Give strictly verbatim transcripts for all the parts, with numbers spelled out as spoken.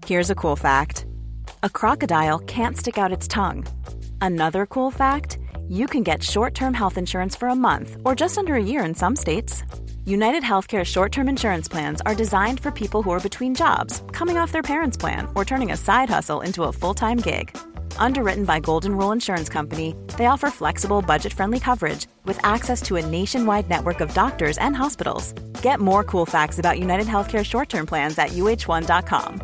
Here's a cool fact. A crocodile can't stick out its tongue. Another cool fact, you can get short-term health insurance for a month or just under a year in some states. United Healthcare short-term insurance plans are designed for people who are between jobs, coming off their parents' plan, or turning a side hustle into a full-time gig. Underwritten by Golden Rule Insurance Company, they offer flexible, budget-friendly coverage with access to a nationwide network of doctors and hospitals. Get more cool facts about United Healthcare short-term plans at U H one dot com.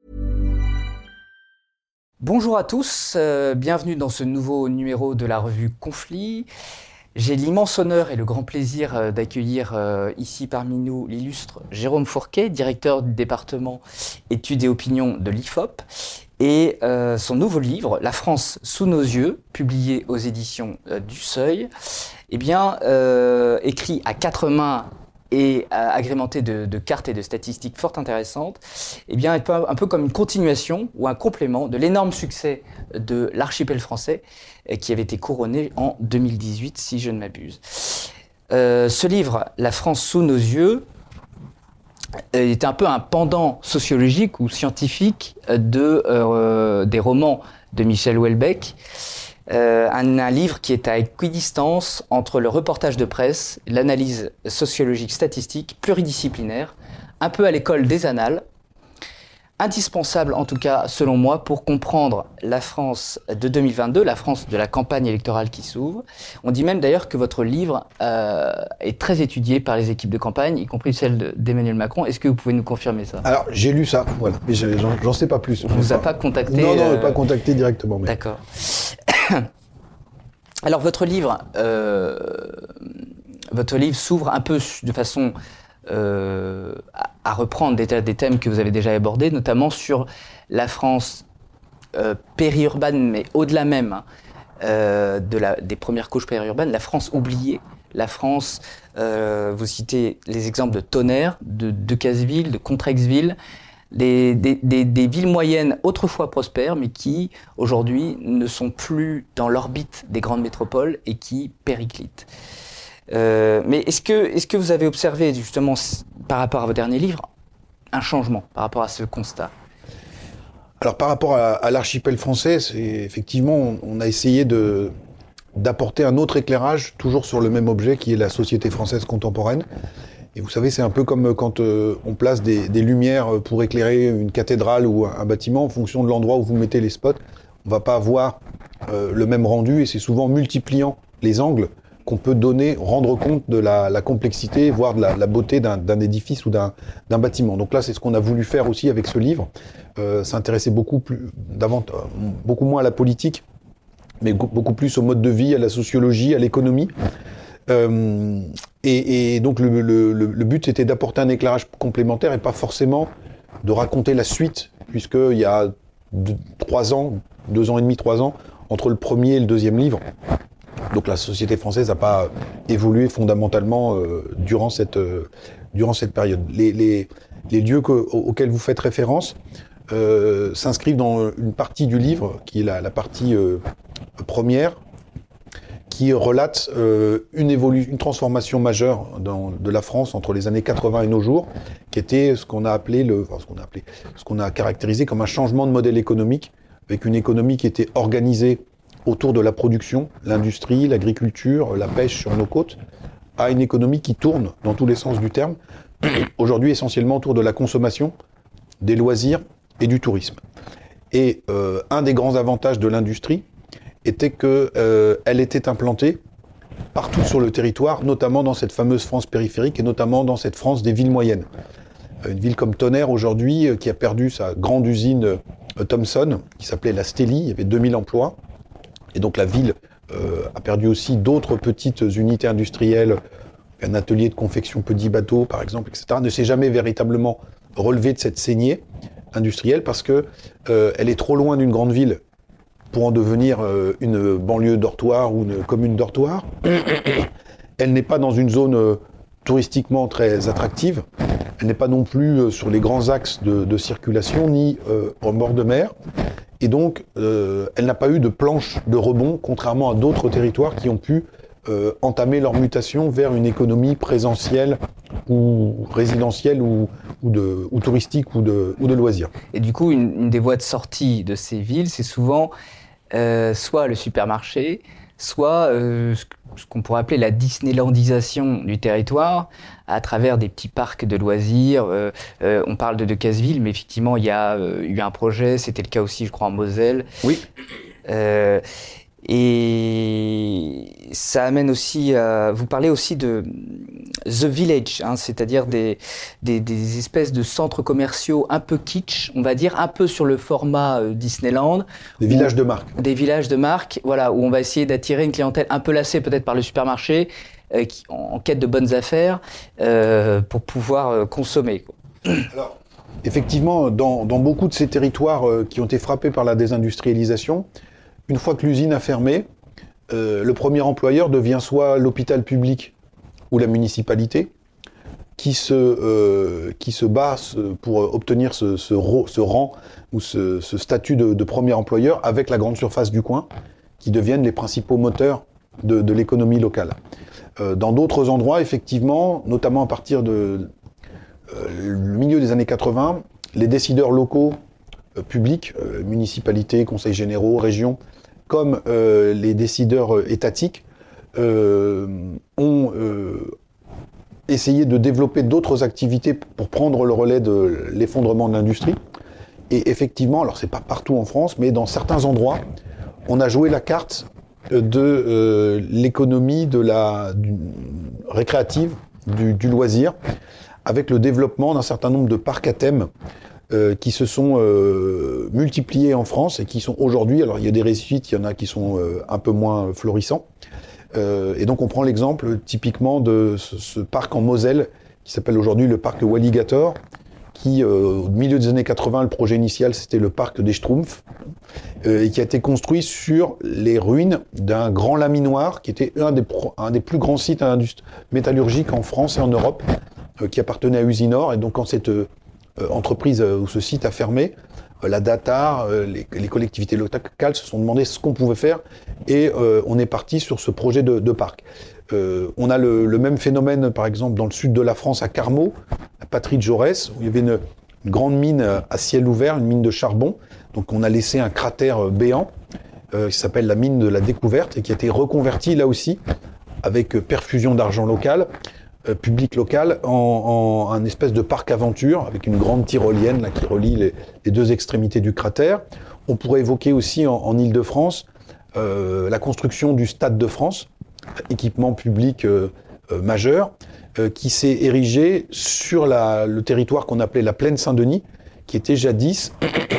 Bonjour à tous, euh, bienvenue dans ce nouveau numéro de la revue Conflit. J'ai l'immense honneur et le grand plaisir euh, d'accueillir euh, ici parmi nous l'illustre Jérôme Fourquet, directeur du département études et opinions de l'I F O P, et euh, son nouveau livre, La France sous nos yeux, publié aux éditions euh, du Seuil, eh bien, euh, écrit à quatre mains et euh, agrémenté de, de cartes et de statistiques fort intéressantes, eh bien, un peu, un peu comme une continuation ou un complément de l'énorme succès de l'archipel français euh, qui avait été couronné en deux mille dix-huit, si je ne m'abuse. Euh, ce livre, La France sous nos yeux, euh, est un peu un pendant sociologique ou scientifique de, euh, des romans de Michel Houellebecq. Euh, un, un livre qui est à équidistance entre le reportage de presse, l'analyse sociologique statistique, pluridisciplinaire, un peu à l'école des annales, indispensable en tout cas selon moi pour comprendre la France de deux mille vingt-deux, la France de la campagne électorale qui s'ouvre. On dit même d'ailleurs que votre livre euh, est très étudié par les équipes de campagne, y compris celle de, d'Emmanuel Macron. Est-ce que vous pouvez nous confirmer ça ? Alors j'ai lu ça, voilà, mais j'en, j'en sais pas plus. On ne vous a pas contacté ? Non, non, euh... pas contacté directement. Mais... D'accord. Alors votre livre, euh, votre livre s'ouvre un peu de façon euh, à, à reprendre des, des thèmes que vous avez déjà abordés, notamment sur la France euh, périurbaine, mais au-delà même hein, euh, de la, des premières couches périurbaines, la France oubliée, la France, euh, vous citez les exemples de Tonnerre, de Decazeville, de Contrexeville, Des, des, des, des villes moyennes autrefois prospères, mais qui, aujourd'hui, ne sont plus dans l'orbite des grandes métropoles et qui périclitent. Euh, mais est-ce que, est-ce que vous avez observé, justement, par rapport à vos derniers livres, un changement par rapport à ce constat ? Alors, par rapport à, à l'archipel français, c'est, effectivement, on, on a essayé de, d'apporter un autre éclairage, toujours sur le même objet, qui est la société française contemporaine. Et vous savez, c'est un peu comme quand euh, on place des, des lumières pour éclairer une cathédrale ou un, un bâtiment, en fonction de l'endroit où vous mettez les spots, on ne va pas avoir euh, le même rendu, et c'est souvent en multipliant les angles qu'on peut donner, rendre compte de la, la complexité, voire de la, la beauté d'un, d'un édifice ou d'un, d'un bâtiment. Donc là, c'est ce qu'on a voulu faire aussi avec ce livre, euh, s'intéresser beaucoup, plus, davantage, beaucoup moins à la politique, mais beaucoup plus au mode de vie, à la sociologie, à l'économie. Euh, et, et donc le, le, le but c'était d'apporter un éclairage complémentaire et pas forcément de raconter la suite, puisqu'il y a deux, trois ans, deux ans et demi, trois ans, entre le premier et le deuxième livre. Donc la société française n'a pas évolué fondamentalement euh, durant, cette, euh, durant cette période. Les, les, les lieux que, auxquels vous faites référence euh, s'inscrivent dans une partie du livre, qui est la, la partie euh, première, qui relate euh, une, évolu- une transformation majeure dans, de la France entre les années quatre-vingts et nos jours, qui était ce qu'on a appelé, le, enfin, ce qu'on a appelé, ce qu'on a caractérisé comme un changement de modèle économique, avec une économie qui était organisée autour de la production, l'industrie, l'agriculture, la pêche sur nos côtes, à une économie qui tourne dans tous les sens du terme, aujourd'hui essentiellement autour de la consommation, des loisirs et du tourisme. Et euh, un des grands avantages de l'industrie était qu'elle euh, était implantée partout sur le territoire, notamment dans cette fameuse France périphérique et notamment dans cette France des villes moyennes. Euh, une ville comme Tonnerre aujourd'hui, euh, qui a perdu sa grande usine euh, Thomson, qui s'appelait la Stélie, il y avait deux mille emplois, et donc la ville euh, a perdu aussi d'autres petites unités industrielles, un atelier de confection petit bateau par exemple, et cetera, ne s'est jamais véritablement relevé de cette saignée industrielle parce que euh, elle est trop loin d'une grande ville pour en devenir euh, une banlieue dortoir ou une commune dortoir. Elle n'est pas dans une zone euh, touristiquement très attractive. Elle n'est pas non plus euh, sur les grands axes de, de circulation, ni euh, au bord de mer. Et donc, euh, elle n'a pas eu de planche de rebond, contrairement à d'autres territoires qui ont pu euh, entamer leur mutation vers une économie présentielle ou résidentielle ou, ou, de, ou touristiques ou de, ou de loisirs. Et du coup, une, une des voies de sortie de ces villes, c'est souvent euh, soit le supermarché, soit euh, ce qu'on pourrait appeler la Disneylandisation du territoire, à travers des petits parcs de loisirs. Euh, euh, on parle de Decazeville, mais effectivement, il y a euh, eu un projet, c'était le cas aussi, je crois, en Moselle. Oui. Euh, et ça amène aussi à... Vous parlez aussi de The Village, hein, c'est-à-dire des, des, des espèces de centres commerciaux un peu kitsch, on va dire, un peu sur le format euh, Disneyland. Des villages de marque. Des villages de marque, voilà, où on va essayer d'attirer une clientèle un peu lassée peut-être par le supermarché, euh, qui, en, en quête de bonnes affaires, euh, pour pouvoir euh, consommer, quoi. Alors, effectivement, dans, dans beaucoup de ces territoires euh, qui ont été frappés par la désindustrialisation, une fois que l'usine a fermé, euh, le premier employeur devient soit l'hôpital public ou la municipalité, qui se, euh, qui se bat pour obtenir ce, ce, ce rang ou ce, ce statut de, de premier employeur avec la grande surface du coin, qui deviennent les principaux moteurs de, de l'économie locale. Euh, dans d'autres endroits, effectivement, notamment à partir de euh, le milieu des années quatre-vingts, les décideurs locaux euh, publics, euh, municipalités, conseils généraux, régions, comme euh, les décideurs euh, étatiques, euh, ont euh, essayé de développer d'autres activités pour prendre le relais de l'effondrement de l'industrie. Et effectivement, alors c'est pas partout en France, mais dans certains endroits, on a joué la carte de euh, l'économie de la du, récréative, du, du loisir, avec le développement d'un certain nombre de parcs à thème euh, qui se sont euh, multipliés en France et qui sont aujourd'hui, alors il y a des réussites, il y en a qui sont euh, un peu moins florissants. Euh, et donc on prend l'exemple typiquement de ce, ce parc en Moselle qui s'appelle aujourd'hui le parc Walligator, qui euh, au milieu des années quatre-vingts, le projet initial c'était le parc des Schtroumpfs, euh, et qui a été construit sur les ruines d'un grand laminoir qui était un des, pro, un des plus grands sites métallurgiques en France et en Europe, euh, qui appartenait à Usinor. Et donc quand cette euh, entreprise euh, ou ce site a fermé, euh, la Datar, euh, les, les collectivités locales se sont demandé ce qu'on pouvait faire, et euh, on est parti sur ce projet de, de parc. Euh, on a le, le même phénomène, par exemple, dans le sud de la France, à Carmaux, à Patry de Jaurès, où il y avait une, une grande mine à ciel ouvert, une mine de charbon. Donc on a laissé un cratère béant, euh, qui s'appelle la mine de la découverte, et qui a été reconverti, là aussi, avec perfusion d'argent local, euh, public local, en, en un espèce de parc aventure, avec une grande tyrolienne là, qui relie les, les deux extrémités du cratère. On pourrait évoquer aussi, en, en Île-de-France, euh, la construction du Stade de France, équipement public euh, euh, majeur, euh, qui s'est érigé sur la, le territoire qu'on appelait la Plaine Saint-Denis, qui était jadis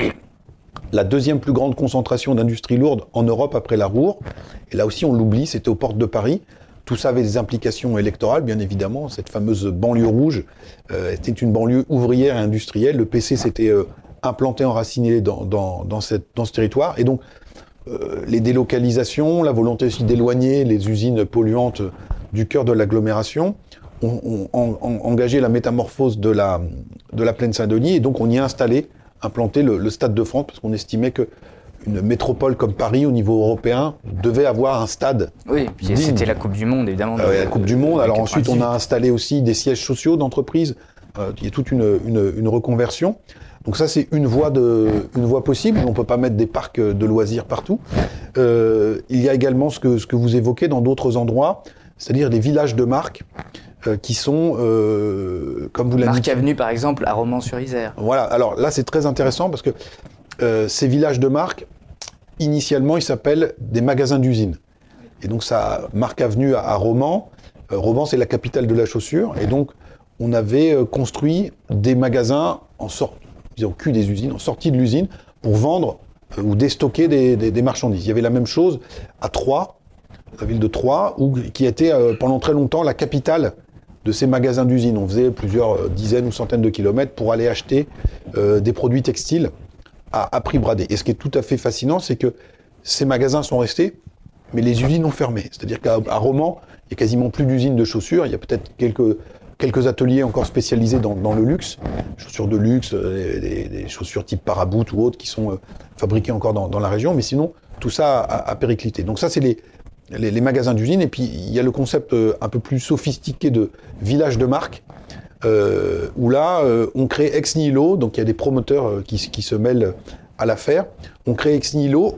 la deuxième plus grande concentration d'industrie lourde en Europe après la Ruhr. Et là aussi, on l'oublie, c'était aux portes de Paris. Tout ça avait des implications électorales, bien évidemment. Cette fameuse banlieue rouge euh, était une banlieue ouvrière et industrielle. Le P C s'était euh, implanté, enraciné dans, dans, dans, cette, dans ce territoire. Et donc, Euh, les délocalisations, la volonté aussi d'éloigner les usines polluantes du cœur de l'agglomération ont, ont, ont engagé la métamorphose de la, de la Plaine Saint-Denis, et donc on y a installé, implanté le, le Stade de France, parce qu'on estimait qu'une métropole comme Paris, au niveau européen, devait avoir un stade. Oui, puis c'était la Coupe du Monde, évidemment. Euh, ouais, la Coupe du Monde. Alors ensuite, on a installé aussi des sièges sociaux d'entreprises. Euh, il y a toute une, une, une reconversion. Donc ça, c'est une voie, de, une voie possible. On ne peut pas mettre des parcs de loisirs partout. Euh, il y a également ce que, ce que vous évoquez dans d'autres endroits, c'est-à-dire des villages de marque euh, qui sont, euh, comme vous l'avez dit... Marque Avenue, par exemple, à Romans-sur-Isère. Voilà. Alors là, c'est très intéressant parce que euh, ces villages de marque, initialement, ils s'appellent des magasins d'usine. Et donc, ça, Marque Avenue à, à Romans. Euh, Romans, c'est la capitale de la chaussure. Et donc, on avait euh, construit des magasins en sorte au cul des usines, en sortie de l'usine, pour vendre euh, ou déstocker des, des, des marchandises. Il y avait la même chose à Troyes, la ville de Troyes, où, qui était euh, pendant très longtemps la capitale de ces magasins d'usine. On faisait plusieurs euh, dizaines ou centaines de kilomètres pour aller acheter euh, des produits textiles à, à prix bradé. Et ce qui est tout à fait fascinant, c'est que ces magasins sont restés, mais les usines ont fermé. C'est-à-dire qu'à à Romans, il n'y a quasiment plus d'usines de chaussures. Il y a peut-être quelques... quelques ateliers encore spécialisés dans, dans le luxe, chaussures de luxe, euh, des, des chaussures type Paraboot ou autres qui sont euh, fabriquées encore dans, dans la région, mais sinon, tout ça a, a périclité. Donc ça, c'est les, les, les magasins d'usine, et puis il y a le concept euh, un peu plus sophistiqué de village de marque, euh, où là, euh, on crée ex nihilo, donc il y a des promoteurs euh, qui, qui se mêlent à l'affaire, on crée ex nihilo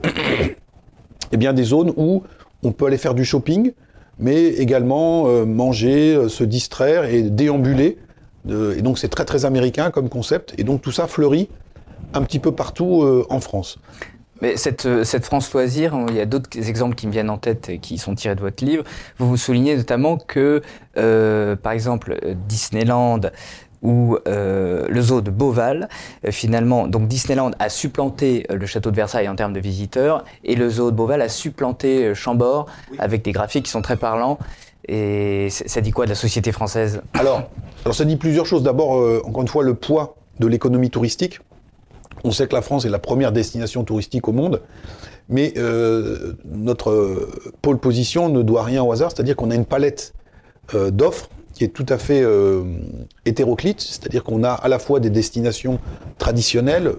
eh bien, des zones où on peut aller faire du shopping, mais également euh, manger, euh, se distraire et déambuler. Euh, et donc c'est très très américain comme concept, et donc tout ça fleurit un petit peu partout euh, en France. Mais cette, cette France loisir, il y a d'autres exemples qui me viennent en tête et qui sont tirés de votre livre. Vous vous soulignez notamment que, euh, par exemple, Disneyland ou euh, le zoo de Beauval, euh, finalement, donc Disneyland a supplanté euh, le château de Versailles en termes de visiteurs, et le zoo de Beauval a supplanté euh, Chambord, oui. avec des graphiques qui sont très parlants. Et ça dit quoi de la société française ? alors, alors ça dit plusieurs choses. D'abord, euh, encore une fois, le poids de l'économie touristique. On sait que la France est la première destination touristique au monde, mais euh, notre euh, pôle position ne doit rien au hasard, c'est-à-dire qu'on a une palette euh, d'offres qui est tout à fait euh, hétéroclite, c'est-à-dire qu'on a à la fois des destinations traditionnelles,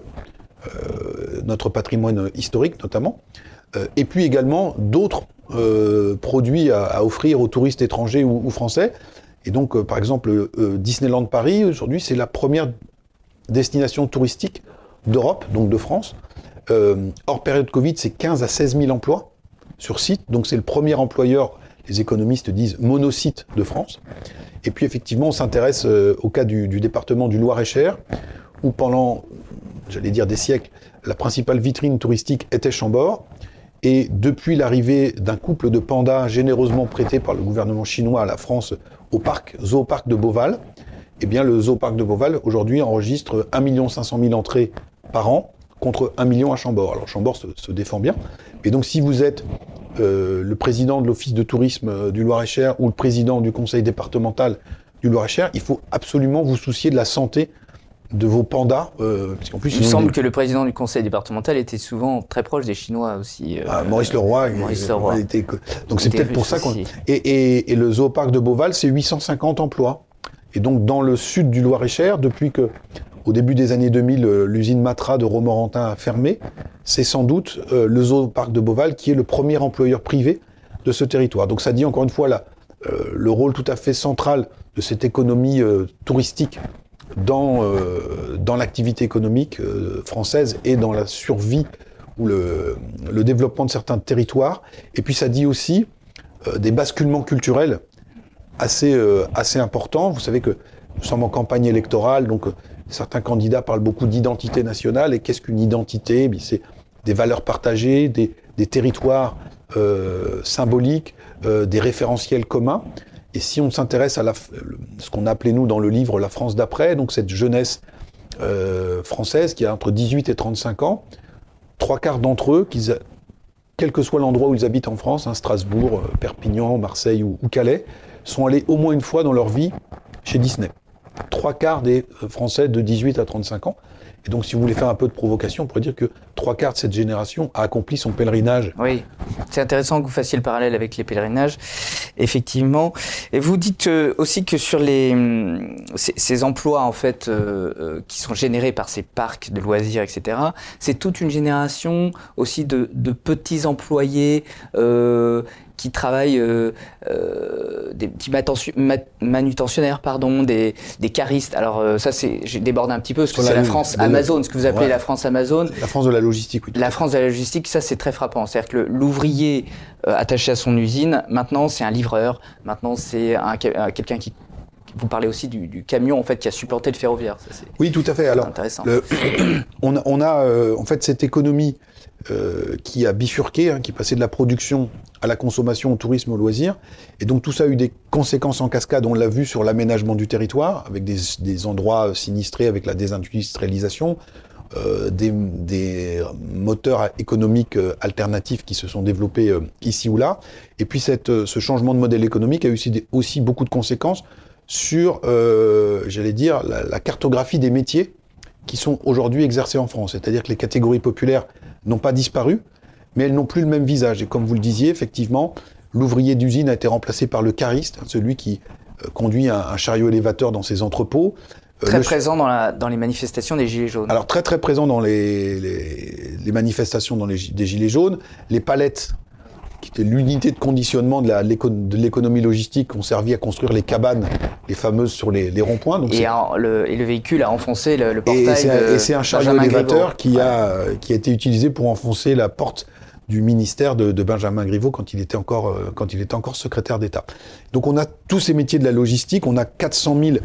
euh, notre patrimoine historique notamment, euh, et puis également d'autres euh, produits à, à offrir aux touristes étrangers ou, ou français. Et donc, euh, par exemple, euh, Disneyland Paris, aujourd'hui, c'est la première destination touristique d'Europe, donc de France. Euh, hors période Covid, c'est quinze à seize mille emplois sur site. Donc c'est le premier employeur, les économistes disent, monosite de France. Et puis effectivement, on s'intéresse euh, au cas du, du département du Loir-et-Cher, où pendant, j'allais dire des siècles, la principale vitrine touristique était Chambord. Et depuis l'arrivée d'un couple de pandas généreusement prêtés par le gouvernement chinois à la France au parc, zooparc de Beauval, eh bien le zooparc de Beauval aujourd'hui enregistre un million cinq cent mille entrées par an, contre un million à Chambord. Alors Chambord se, se défend bien. Et donc si vous êtes euh, le président de l'office de tourisme du Loir-et-Cher ou le président du conseil départemental du Loir-et-Cher, il faut absolument vous soucier de la santé de vos pandas. Euh, parce qu'en plus, il me semble des... que le président du conseil départemental était souvent très proche des Chinois aussi. Euh, ah, Maurice Leroy. Maurice Leroy. Il était... Donc c'est peut-être pour ça qu'on... Et, et, et le zooparc de Beauval, c'est huit cent cinquante emplois. Et donc dans le sud du Loir-et-Cher, depuis que au début des années deux mille, l'usine Matra de Romorantin a fermé, c'est sans doute euh, le zooparc de Beauval qui est le premier employeur privé de ce territoire. Donc ça dit encore une fois là, euh, le rôle tout à fait central de cette économie euh, touristique dans, euh, dans l'activité économique euh, française et dans la survie ou le, le développement de certains territoires. Et puis ça dit aussi euh, des basculements culturels assez, euh, assez importants. Vous savez que nous sommes en campagne électorale, donc euh, certains candidats parlent beaucoup d'identité nationale. Et qu'est-ce qu'une identité ? Bien, c'est des valeurs partagées, des, des territoires euh, symboliques, euh, des référentiels communs. Et si on s'intéresse à la, ce qu'on a appelé nous dans le livre la France d'après, donc cette jeunesse euh, française qui a entre dix-huit et trente-cinq ans, trois quarts d'entre eux, qu'ils, quel que soit l'endroit où ils habitent en France, hein, Strasbourg, Perpignan, Marseille ou, ou Calais, sont allés au moins une fois dans leur vie chez Disney. Trois quarts des Français de dix-huit à trente-cinq ans. Et donc, si vous voulez faire un peu de provocation, on pourrait dire que trois quarts de cette génération a accompli son pèlerinage. Oui, c'est intéressant que vous fassiez le parallèle avec les pèlerinages, effectivement. Et vous dites euh, aussi que sur les ces, ces emplois en fait euh, euh, qui sont générés par ces parcs de loisirs, et cetera. C'est toute une génération aussi de, de petits employés euh, qui travaillent, euh, euh, des petits manutentionnaires, pardon, des, des caristes. Alors euh, ça, c'est, je déborde un petit peu, parce que c'est la France Amazon, ce que vous appelez ouais. la France Amazon. La France de la logistique, oui. La France de la logistique, ça c'est très frappant. C'est-à-dire que l'ouvrier euh, attaché à son usine, maintenant c'est un livreur, maintenant c'est un, un, quelqu'un qui... Vous parlez aussi du, du camion en fait qui a supplanté le ferroviaire. Ça, c'est, oui, tout à fait. Alors, intéressant. Le, on a, on a euh, en fait cette économie euh, qui a bifurqué, hein, qui est passée de la production à la consommation, au tourisme, au loisir. Et donc tout ça a eu des conséquences en cascade. On l'a vu sur l'aménagement du territoire, avec des, des endroits sinistrés, avec la désindustrialisation, euh, des, des moteurs économiques euh, alternatifs qui se sont développés euh, ici ou là. Et puis cette, euh, ce changement de modèle économique a eu aussi, des, aussi beaucoup de conséquences sur, euh, j'allais dire, la, la cartographie des métiers qui sont aujourd'hui exercés en France. C'est-à-dire que les catégories populaires n'ont pas disparu, mais elles n'ont plus le même visage. Et comme vous le disiez, effectivement, l'ouvrier d'usine a été remplacé par le cariste, celui qui euh, conduit un, un chariot élévateur dans ses entrepôts. Euh, très le... présent dans, la, dans les manifestations des Gilets jaunes. Alors très très présent dans les, les, les manifestations dans les, des Gilets jaunes. Les palettes qui était l'unité de conditionnement de, la, de l'économie logistique, ont servi à construire les cabanes, les fameuses sur les, les ronds-points. Donc et, un, le, et le véhicule a enfoncé le, le portail. Et c'est, de et c'est un chariot élévateur qui, ouais. a, qui a été utilisé pour enfoncer la porte du ministère de, de Benjamin Griveaux quand il était encore, euh, quand il était encore secrétaire d'État. Donc on a tous ces métiers de la logistique, on a quatre cent mille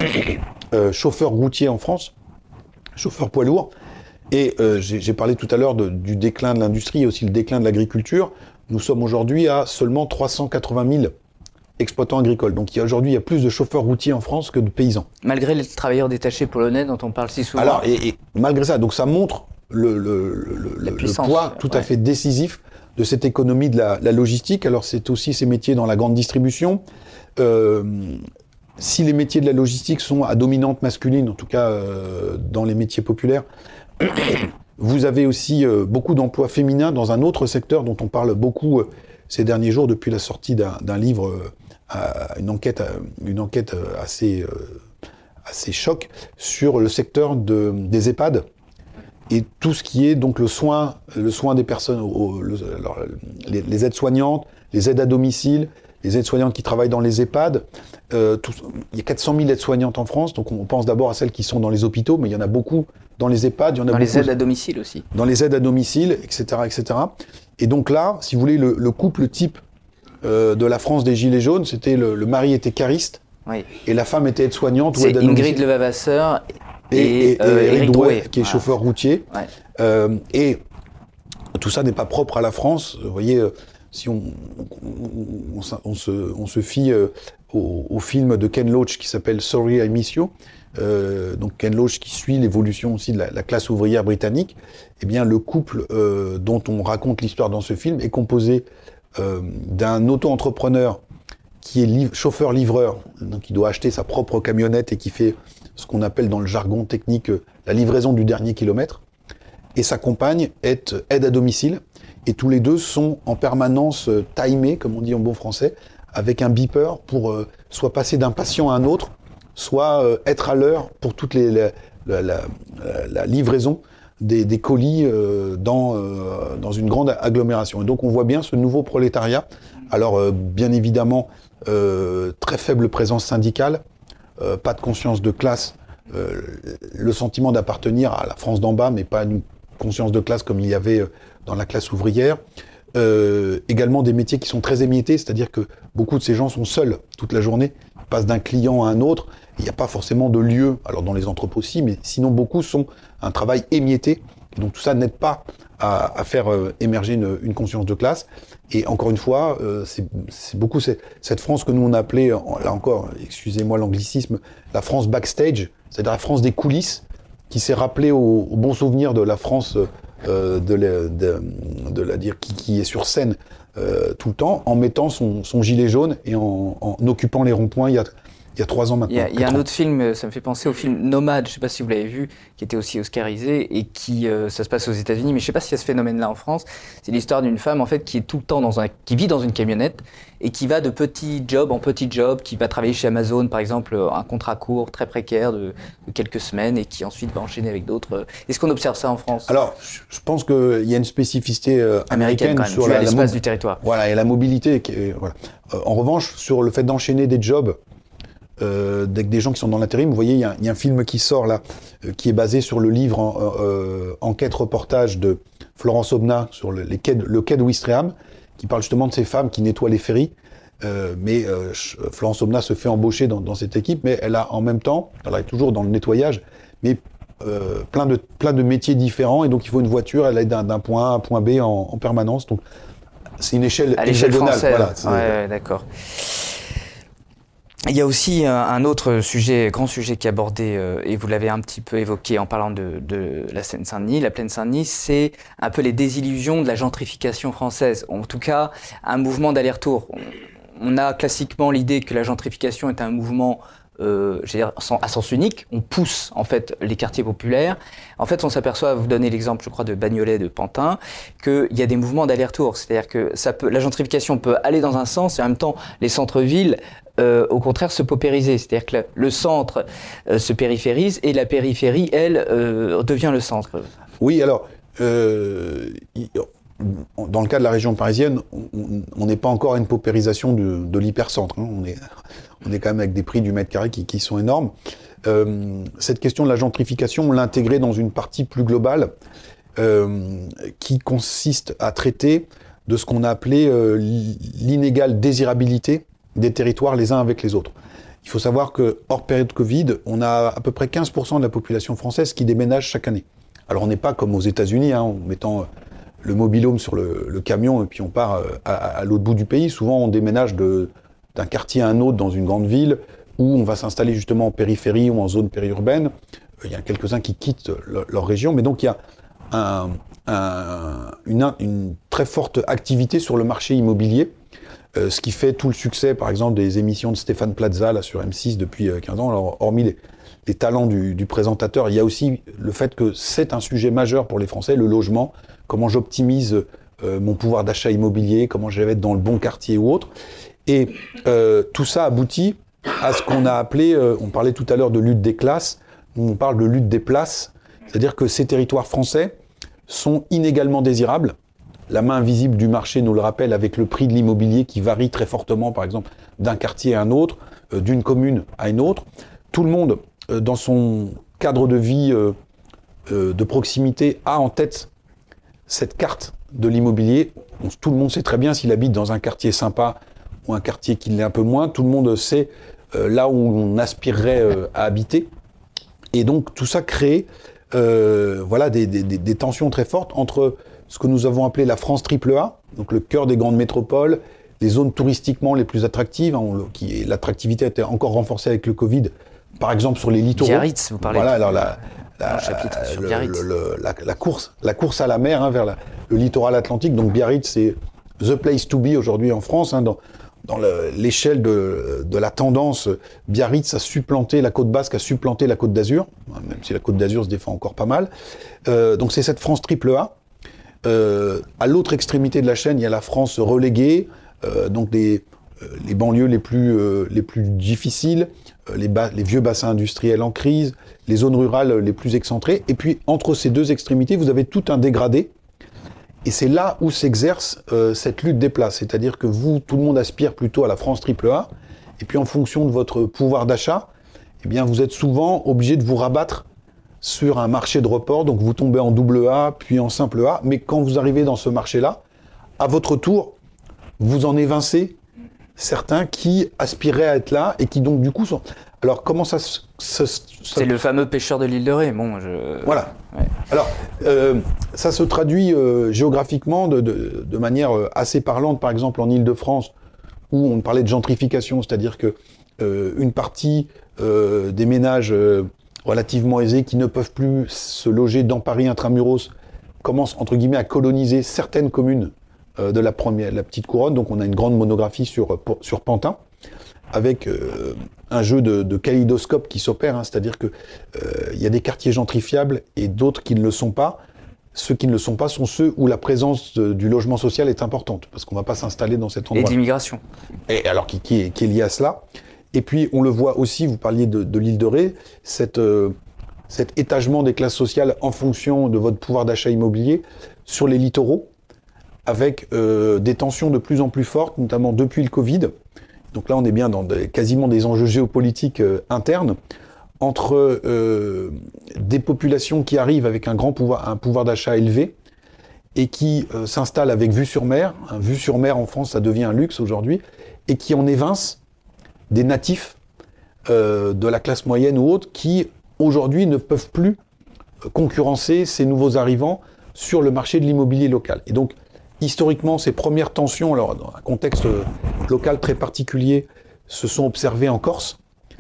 euh, chauffeurs routiers en France, chauffeurs poids lourds. Et euh, j'ai, j'ai parlé tout à l'heure de, du déclin de l'industrie et aussi le déclin de l'agriculture. Nous sommes aujourd'hui à seulement trois cent quatre-vingt mille exploitants agricoles. Donc il y a aujourd'hui il y a plus de chauffeurs routiers en France que de paysans. Malgré les travailleurs détachés polonais dont on parle si souvent. Alors et, et malgré ça, donc ça montre le, le, le, le, le poids tout ouais. à fait décisif de cette économie de la, la logistique. Alors c'est aussi ces métiers dans la grande distribution. Euh, si les métiers de la logistique sont à dominante masculine, en tout cas euh, dans les métiers populaires, vous avez aussi euh, beaucoup d'emplois féminins dans un autre secteur dont on parle beaucoup euh, ces derniers jours depuis la sortie d'un, d'un livre, euh, à une enquête, euh, une enquête assez, euh, assez choc sur le secteur de, des EHPAD et tout ce qui est donc le soin, le soin des personnes, au, le, alors, les, les aides-soignantes, les aides à domicile, les aides-soignantes qui travaillent dans les EHPAD. Euh, tout, il y a quatre cent mille aides-soignantes en France, donc on pense d'abord à celles qui sont dans les hôpitaux, mais il y en a beaucoup dans les EHPAD. Il y en a dans beaucoup les aides à domicile aussi. Dans les aides à domicile, et cetera, et cetera. Et donc là, si vous voulez, le, le couple type euh, de la France des Gilets jaunes, c'était le, le mari était cariste, oui. et la femme était aide-soignante. C'est ou aide à Ingrid domicile. Levavasseur et, et, et, euh, et Éric Drouet, Drouet, qui est ah. chauffeur routier. Ouais. Euh, et tout ça n'est pas propre à la France. Vous voyez, si on, on, on, on, se, on se fie euh, au, au film de Ken Loach qui s'appelle Sorry I Miss You, euh, donc Ken Loach qui suit l'évolution aussi de la, la classe ouvrière britannique, eh bien le couple euh, dont on raconte l'histoire dans ce film est composé euh, d'un auto-entrepreneur qui est liv- chauffeur-livreur, donc qui doit acheter sa propre camionnette et qui fait ce qu'on appelle dans le jargon technique euh, la livraison du dernier kilomètre, et sa compagne est aide à domicile, et tous les deux sont en permanence euh, timés, comme on dit en bon français, avec un beeper pour euh, soit passer d'un patient à un autre, soit euh, être à l'heure pour toute les, la, la, la, la livraison des, des colis euh, dans, euh, dans une grande agglomération. Et donc on voit bien ce nouveau prolétariat. Alors euh, bien évidemment, euh, très faible présence syndicale, euh, pas de conscience de classe, euh, le sentiment d'appartenir à la France d'en bas, mais pas une conscience de classe comme il y avait dans la classe ouvrière. Euh, également des métiers qui sont très émiettés, c'est-à-dire que beaucoup de ces gens sont seuls toute la journée, ils passent d'un client à un autre, il n'y a pas forcément de lieu, alors dans les entrepôts aussi, mais sinon beaucoup sont un travail émietté, et donc tout ça n'aide pas à, à faire euh, émerger une, une conscience de classe. Et encore une fois, euh, c'est, c'est beaucoup c'est, cette France que nous on appelait, là encore, excusez-moi l'anglicisme, la France backstage, c'est-à-dire la France des coulisses, qui s'est rappelée au, au bon souvenir de la France euh, de, la, de, de la dire qui, qui est sur scène euh, tout le temps, en mettant son, son gilet jaune et en, en occupant les ronds-points il y a il y a trois ans maintenant. Il y a, il y a un autre film, ça me fait penser au film Nomade, je ne sais pas si vous l'avez vu, qui était aussi oscarisé et qui, euh, ça se passe aux États-Unis, mais je ne sais pas s'il y a ce phénomène-là en France. C'est l'histoire d'une femme en fait qui est tout le temps dans un, qui vit dans une camionnette et qui va de petit job en petit job, qui va travailler chez Amazon par exemple, un contrat court très précaire de, de quelques semaines et qui ensuite va enchaîner avec d'autres. Est-ce qu'on observe ça en France ? Alors, je pense qu'il y a une spécificité euh, américaine, américaine sur la, l'espace la mo- du territoire. Voilà, et la mobilité. Qui est, voilà. euh, en revanche, sur le fait d'enchaîner des jobs. Euh, avec des gens qui sont dans l'intérim, vous voyez, il y, y a un film qui sort là, euh, qui est basé sur le livre en, euh, enquête-reportage de Florence Aubenas sur le, les quais de, le quai de Ouistreham, qui parle justement de ces femmes qui nettoient les ferries. Euh, mais euh, Florence Aubenas se fait embaucher dans, dans cette équipe, mais elle a en même temps, elle est toujours dans le nettoyage, mais euh, plein de plein de métiers différents, et donc il faut une voiture, elle est d'un, d'un point A à un point B en, en permanence. Donc c'est une échelle à l'échelle hexagonale. Française. Voilà, c'est, ouais, d'accord. Il y a aussi un autre sujet, grand sujet qui est abordé, euh, et vous l'avez un petit peu évoqué en parlant de, de la Seine-Saint-Denis, la plaine Saint-Denis, c'est un peu les désillusions de la gentrification française. En tout cas, un mouvement d'aller-retour. On a classiquement l'idée que la gentrification est un mouvement euh, je veux dire, à sens unique. On pousse en fait les quartiers populaires. En fait, on s'aperçoit, vous donnez l'exemple, je crois, de Bagnolet, de Pantin, qu'il y a des mouvements d'aller-retour. C'est-à-dire que ça peut, la gentrification peut aller dans un sens et en même temps, les centres-villes Euh, au contraire se paupériser, c'est-à-dire que le, le centre euh, se périphérise et la périphérie, elle, euh, devient le centre. Oui, alors, euh, dans le cas de la région parisienne, on n'est pas encore à une paupérisation de, de l'hypercentre. Hein. On est, on est quand même avec des prix du mètre carré qui, qui sont énormes. Euh, cette question de la gentrification, on l'a intégrée dans une partie plus globale euh, qui consiste à traiter de ce qu'on a appelé euh, l'inégale désirabilité des territoires les uns avec les autres. Il faut savoir que hors période Covid, on a à peu près quinze pour cent de la population française qui déménage chaque année. Alors on n'est pas comme aux États-Unis, hein, en mettant le mobil-home sur le, le camion et puis on part à, à l'autre bout du pays. Souvent on déménage de, d'un quartier à un autre dans une grande ville où on va s'installer justement en périphérie ou en zone périurbaine. Il y a quelques-uns qui quittent leur, leur région, mais donc il y a un, un, une, une très forte activité sur le marché immobilier, euh, ce qui fait tout le succès, par exemple, des émissions de Stéphane Plaza là, sur M six depuis quinze ans. Alors, hormis les, les talents du, du présentateur, il y a aussi le fait que c'est un sujet majeur pour les Français, le logement, comment j'optimise euh, mon pouvoir d'achat immobilier, comment je vais être dans le bon quartier ou autre. Et euh, tout ça aboutit à ce qu'on a appelé, euh, on parlait tout à l'heure de lutte des classes, nous on parle de lutte des places, c'est-à-dire que ces territoires français sont inégalement désirables. La main invisible du marché nous le rappelle avec le prix de l'immobilier qui varie très fortement, par exemple, d'un quartier à un autre, euh, d'une commune à une autre. Tout le monde, euh, dans son cadre de vie euh, euh, de proximité, a en tête cette carte de l'immobilier. On, tout le monde sait très bien s'il habite dans un quartier sympa ou un quartier qui l'est un peu moins. Tout le monde sait euh, là où on aspirerait euh, à habiter. Et donc tout ça crée euh, voilà, des, des, des tensions très fortes entre ce que nous avons appelé la France triple A, donc le cœur des grandes métropoles, les zones touristiquement les plus attractives, hein, qui, l'attractivité a été encore renforcée avec le Covid, par exemple sur les littoraux. Biarritz, vous parlez. Voilà, alors la, la, chapitre sur le, Biarritz. le, le, la, la, course, la course à la mer hein, vers la, le littoral atlantique. Donc Biarritz, c'est the place to be aujourd'hui en France. Hein, dans, dans le, l'échelle de, de la tendance, Biarritz a supplanté, la Côte Basque a supplanté la Côte d'Azur, même si la Côte d'Azur se défend encore pas mal. Euh, donc c'est cette France triple A. Euh, à l'autre extrémité de la chaîne, il y a la France reléguée, euh, donc des, euh, les banlieues les plus, euh, les plus difficiles, euh, les, bas, les vieux bassins industriels en crise, les zones rurales les plus excentrées. Et puis, entre ces deux extrémités, vous avez tout un dégradé. Et c'est là où s'exerce euh, cette lutte des places. C'est-à-dire que vous, tout le monde aspire plutôt à la France triple A. Et puis, en fonction de votre pouvoir d'achat, eh bien, vous êtes souvent obligé de vous rabattre sur un marché de report, donc vous tombez en double A, puis en simple A, mais quand vous arrivez dans ce marché-là, à votre tour, vous en évincez certains qui aspiraient à être là, et qui donc du coup sont... Alors comment ça se... Ça, ça... C'est le fameux pêcheur de l'île de Ré, bon, je... Voilà. Ouais. Alors, euh, ça se traduit euh, géographiquement de, de, de manière assez parlante, par exemple en Île-de-France, où on parlait de gentrification, c'est-à-dire que euh, une partie euh, des ménages... Euh, relativement aisés, qui ne peuvent plus se loger dans Paris intramuros, commencent, entre guillemets, à coloniser certaines communes euh, de la première, la petite couronne. Donc on a une grande monographie sur, sur Pantin, avec euh, un jeu de, de kaléidoscope qui s'opère, hein, c'est-à-dire que euh, y a des quartiers gentrifiables et d'autres qui ne le sont pas. Ceux qui ne le sont pas sont ceux où la présence de, du logement social est importante, parce qu'on ne va pas s'installer dans cet endroit. Et de l'immigration. Et alors, qui, qui, est, qui est lié à cela. Et puis, on le voit aussi, vous parliez de, de l'île de Ré, cette, euh, cet étagement des classes sociales en fonction de votre pouvoir d'achat immobilier sur les littoraux, avec euh, des tensions de plus en plus fortes, notamment depuis le Covid. Donc là, on est bien dans des, quasiment des enjeux géopolitiques euh, internes, entre euh, des populations qui arrivent avec un grand pouvoir, un pouvoir d'achat élevé, et qui euh, s'installent avec vue sur mer. Un vue sur mer en France, ça devient un luxe aujourd'hui, et qui en évincent des natifs euh, de la classe moyenne ou autre qui, aujourd'hui, ne peuvent plus concurrencer ces nouveaux arrivants sur le marché de l'immobilier local. Et donc, historiquement, ces premières tensions, alors dans un contexte local très particulier, se sont observées en Corse,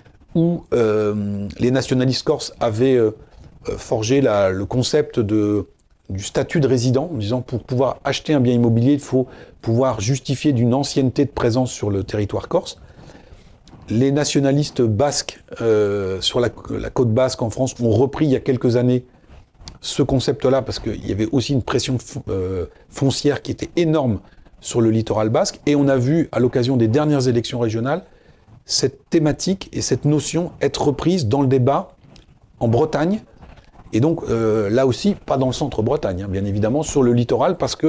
où euh, les nationalistes corses avaient euh, forgé la, le concept de, du statut de résident, en disant pour pouvoir acheter un bien immobilier, il faut pouvoir justifier d'une ancienneté de présence sur le territoire corse. Les nationalistes basques euh, sur la, la côte basque en France ont repris il y a quelques années ce concept-là parce qu'il y avait aussi une pression euh, foncière qui était énorme sur le littoral basque. Et on a vu, à l'occasion des dernières élections régionales, cette thématique et cette notion être reprise dans le débat en Bretagne. Et donc, euh, là aussi, pas dans le centre Bretagne, hein, bien évidemment, sur le littoral, parce que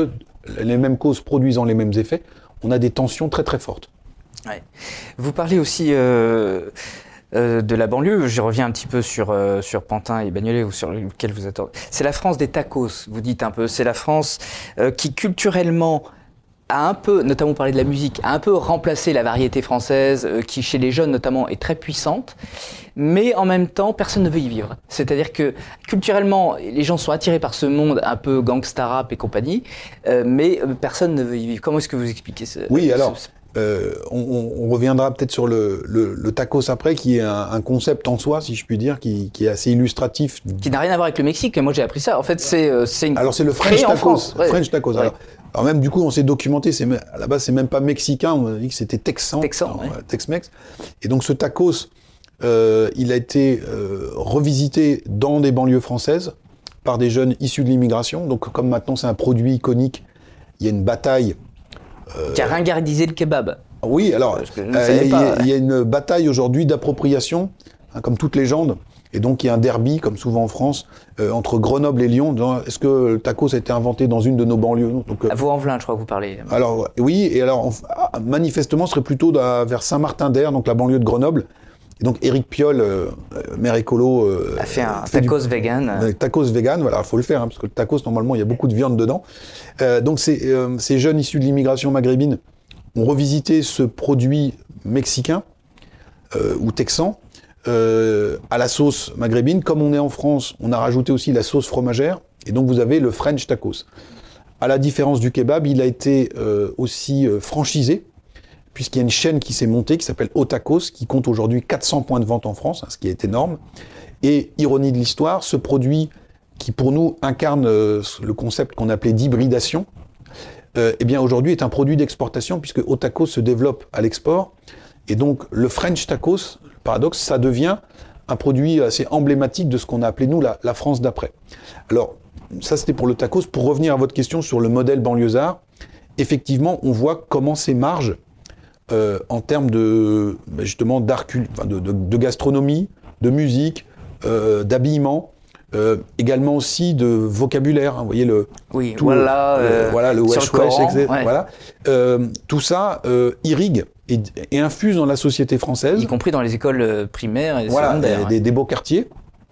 les mêmes causes produisant les mêmes effets, on a des tensions très très fortes. Ouais. Vous parlez aussi euh, euh, de la banlieue, j'y reviens un petit peu sur, euh, sur Pantin et Bagnolet, ou sur lequel vous attendez. C'est la France des tacos, vous dites un peu, c'est la France euh, qui culturellement a un peu, notamment vous parlez de la musique, a un peu remplacé la variété française, euh, qui chez les jeunes notamment est très puissante, mais en même temps personne ne veut y vivre. C'est-à-dire que culturellement les gens sont attirés par ce monde un peu gangsta rap et compagnie, euh, mais euh, personne ne veut y vivre. Comment est-ce que vous expliquez ça? Oui, alors... Ce, Euh, on, on reviendra peut-être sur le, le, le tacos après, qui est un, un concept en soi, si je puis dire, qui, qui est assez illustratif. Qui n'a rien à voir avec le Mexique, moi j'ai appris ça. En fait, c'est, c'est une... Alors c'est le French tacos. France, ouais. French tacos. Ouais. Alors, alors même du coup, on s'est documenté. C'est à la base, c'est même pas mexicain. On a dit que c'était texan. Texan, alors, ouais. Tex-Mex. Et donc ce tacos, euh, il a été euh, revisité dans des banlieues françaises par des jeunes issus de l'immigration. Donc comme maintenant c'est un produit iconique, il y a une bataille. Euh... Qui a ringardisé le kebab. Oui, alors il euh, y, y, y a une bataille aujourd'hui d'appropriation, hein, comme toute légende, et donc il y a un derby, comme souvent en France, euh, entre Grenoble et Lyon. Est-ce que le tacos a été inventé dans une de nos banlieues? Donc, euh, à Vaux-en-Velin, je crois que vous parlez. Alors oui, et alors on, manifestement, ce serait plutôt de, vers Saint-Martin-d'Air, donc la banlieue de Grenoble. Et donc Éric Piolle, euh, maire écolo, euh, a fait un fait tacos du, vegan. Euh, tacos vegan, voilà, faut le faire, hein, parce que le tacos normalement il y a beaucoup de viande dedans. Euh, donc ces, euh, ces jeunes issus de l'immigration maghrébine ont revisité ce produit mexicain euh, ou texan euh, à la sauce maghrébine. Comme on est en France, on a rajouté aussi la sauce fromagère, et donc vous avez le French tacos. À la différence du kebab, il a été euh, aussi euh, franchisé, puisqu'il y a une chaîne qui s'est montée, qui s'appelle Otacos, qui compte aujourd'hui quatre cents points de vente en France, hein, ce qui est énorme. Et, ironie de l'histoire, ce produit qui pour nous incarne euh, le concept qu'on appelait d'hybridation, euh, eh bien aujourd'hui est un produit d'exportation, puisque Otacos se développe à l'export. Et donc le French tacos, le paradoxe, ça devient un produit assez emblématique de ce qu'on a appelé nous la, la France d'après. Alors ça c'était pour le tacos. Pour revenir à votre question sur le modèle banlieusard, effectivement on voit comment ces marges Euh, en termes de ben justement d'art, enfin de, de, de gastronomie, de musique, euh, d'habillement, euh, également aussi de vocabulaire. Hein, vous voyez le oui tout, voilà le, euh, voilà le wesh wesh, et cetera. Ouais. Voilà euh, tout ça euh, irrigue et, et infuse dans la société française, y compris dans les écoles primaires et voilà, secondaires. Des, ouais. des, des beaux quartiers.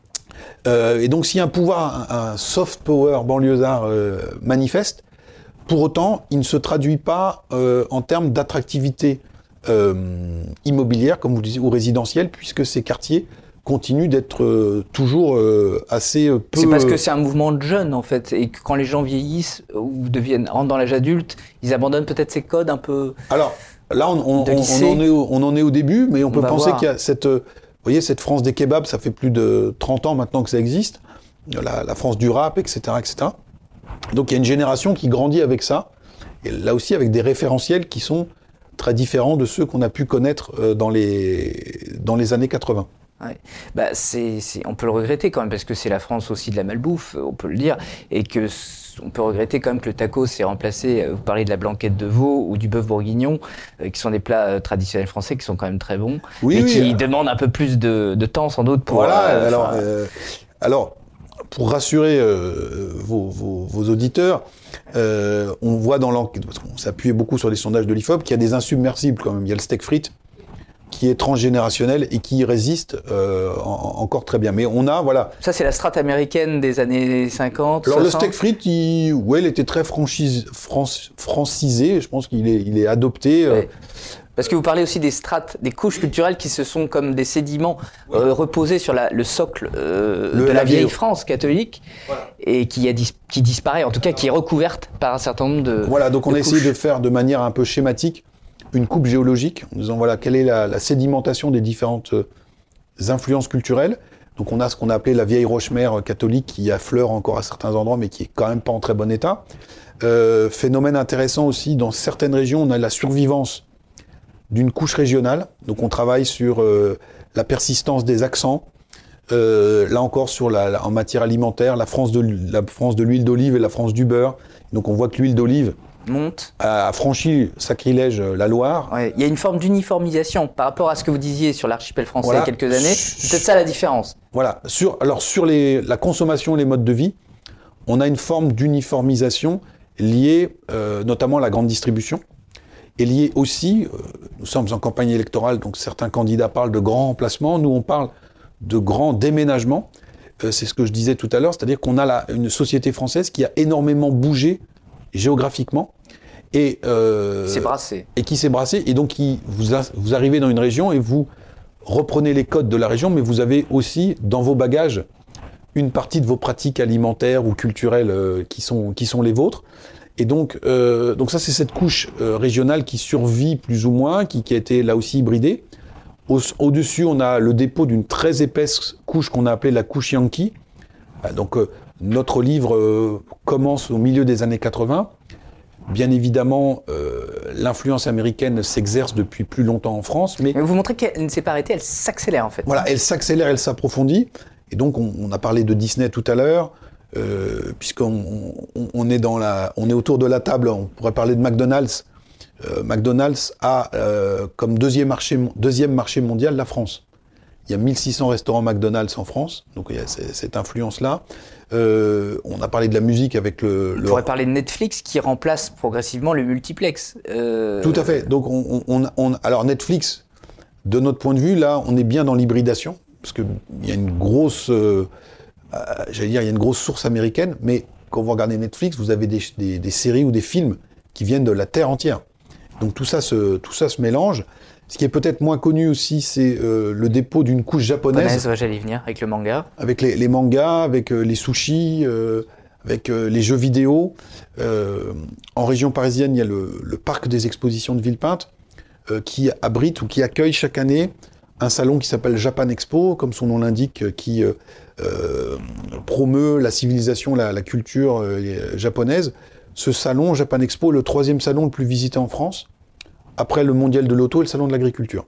Euh, et donc s'il y a un pouvoir, un, un soft power banlieusard euh, manifeste, pour autant, il ne se traduit pas euh, en termes d'attractivité euh, immobilière, comme vous le disiez, ou résidentielle, puisque ces quartiers continuent d'être euh, toujours euh, assez peu... C'est parce que c'est un mouvement de jeunes, en fait, et que quand les gens vieillissent ou deviennent, rentrent dans l'âge adulte, ils abandonnent peut-être ces codes un peu... Alors, là, on, on, on, on, en, est au, on en est au début, mais on, on peut penser voir. qu'il y a cette... Vous voyez, cette France des kebabs, ça fait plus de trente ans maintenant que ça existe, la, la France du rap, et cetera, et cetera. Donc il y a une génération qui grandit avec ça, et là aussi avec des référentiels qui sont très différents de ceux qu'on a pu connaître euh, dans les, dans les années quatre-vingts. Ouais. Bah c'est, c'est, on peut le regretter quand même, parce que c'est la France aussi de la malbouffe, on peut le dire, et que on peut regretter quand même que le tacos s'est remplacé, vous parlez de la blanquette de veau ou du bœuf bourguignon, euh, qui sont des plats euh, traditionnels français qui sont quand même très bons, oui, mais oui, qui euh... demandent un peu plus de, de temps sans doute pour... Voilà, euh, alors... Euh, alors pour rassurer euh, vos, vos, vos auditeurs, euh, on voit dans l'enquête, parce qu'on s'appuyait beaucoup sur les sondages de l'I F O P, qu'il y a des insubmersibles quand même. Il y a le steak frites qui est transgénérationnel et qui résiste euh, en, encore très bien. Mais on a, voilà... Ça, c'est la strate américaine des années cinquante, Alors soixante. le steak frites, il, ouais, il était très franchise, fran, francisé. Je pense qu'il est, il est adopté... Ouais. Parce que vous parlez aussi des strates, des couches culturelles qui se sont comme des sédiments euh, reposés sur la, le socle euh, le, de la, la vieille, vieille France catholique, voilà. Et qui, a dis, qui disparaît, en tout cas qui est recouverte par un certain nombre de Voilà, donc on de a couches. essayé de faire de manière un peu schématique une coupe géologique, en disant voilà quelle est la, la sédimentation des différentes euh, influences culturelles. Donc on a ce qu'on a appelé la vieille roche-mère catholique qui affleure encore à certains endroits, mais qui est quand même pas en très bon état. Euh, phénomène intéressant aussi, dans certaines régions, on a la survivance d'une couche régionale. Donc on travaille sur euh, la persistance des accents. Euh, là encore sur la, la, en matière alimentaire, la France de la France de l'huile d'olive et la France du beurre. Donc on voit que l'huile d'olive monte, a, a franchi sacrilège la Loire. Ouais, il y a une forme d'uniformisation par rapport à ce que vous disiez sur l'archipel français voilà. il y a quelques années. C'est peut-être ça la différence. Voilà. Sur alors sur les, la consommation, les modes de vie, on a une forme d'uniformisation liée euh, notamment à la grande distribution, et liée aussi, euh, nous sommes en campagne électorale, donc certains candidats parlent de grands remplacements, nous on parle de grands déménagements. Euh, c'est ce que je disais tout à l'heure, c'est-à-dire qu'on a là une société française qui a énormément bougé géographiquement, et, euh, qui s'est brassée. et qui s'est brassée, et donc qui, vous, a, vous arrivez dans une région et vous reprenez les codes de la région, mais vous avez aussi dans vos bagages une partie de vos pratiques alimentaires ou culturelles euh, qui sont qui sont les vôtres. Et donc euh, donc ça c'est cette couche euh, régionale qui survit plus ou moins, qui, qui a été là aussi hybridée. Au, au-dessus, on a le dépôt d'une très épaisse couche qu'on a appelée la couche Yankee. Euh, donc euh, notre livre euh, commence au milieu des années quatre-vingts. Bien évidemment, euh, l'influence américaine s'exerce depuis plus longtemps en France, mais... mais vous montrez qu'elle ne s'est pas arrêtée, elle s'accélère en fait. Voilà, elle s'accélère, elle s'approfondit. Et donc, on, on a parlé de Disney tout à l'heure, euh, puisqu'on on, on est dans la, on est autour de la table, on pourrait parler de McDonald's. Euh, McDonald's a euh, comme deuxième marché, deuxième marché mondial la France. Il y a mille six cents restaurants McDonald's en France, donc il y a cette influence-là. Euh, on a parlé de la musique avec le... On le... pourrait parler de Netflix qui remplace progressivement le multiplex. Euh... Tout à fait. Donc, on, on, on, alors Netflix, de notre point de vue, là, on est bien dans l'hybridation, parce qu'il y a une grosse... Euh, euh, j'allais dire, il y a une grosse source américaine, mais quand vous regardez Netflix, vous avez des, des, des séries ou des films qui viennent de la Terre entière. Donc tout ça se, tout ça se mélange. Ce qui est peut-être moins connu aussi, c'est euh, le dépôt d'une couche japonaise. Japonaise, ouais, j'allais y venir, avec le manga. Avec les, les mangas, avec euh, les sushis, euh, avec euh, les jeux vidéo. Euh, en région parisienne, il y a le, le parc des expositions de Villepinte, euh, qui abrite ou qui accueille chaque année un salon qui s'appelle Japan Expo, comme son nom l'indique, qui euh, euh, promeut la civilisation, la, la culture euh, japonaise. Ce salon, Japan Expo, est le troisième salon le plus visité en France, après le mondial de l'auto et le salon de l'agriculture.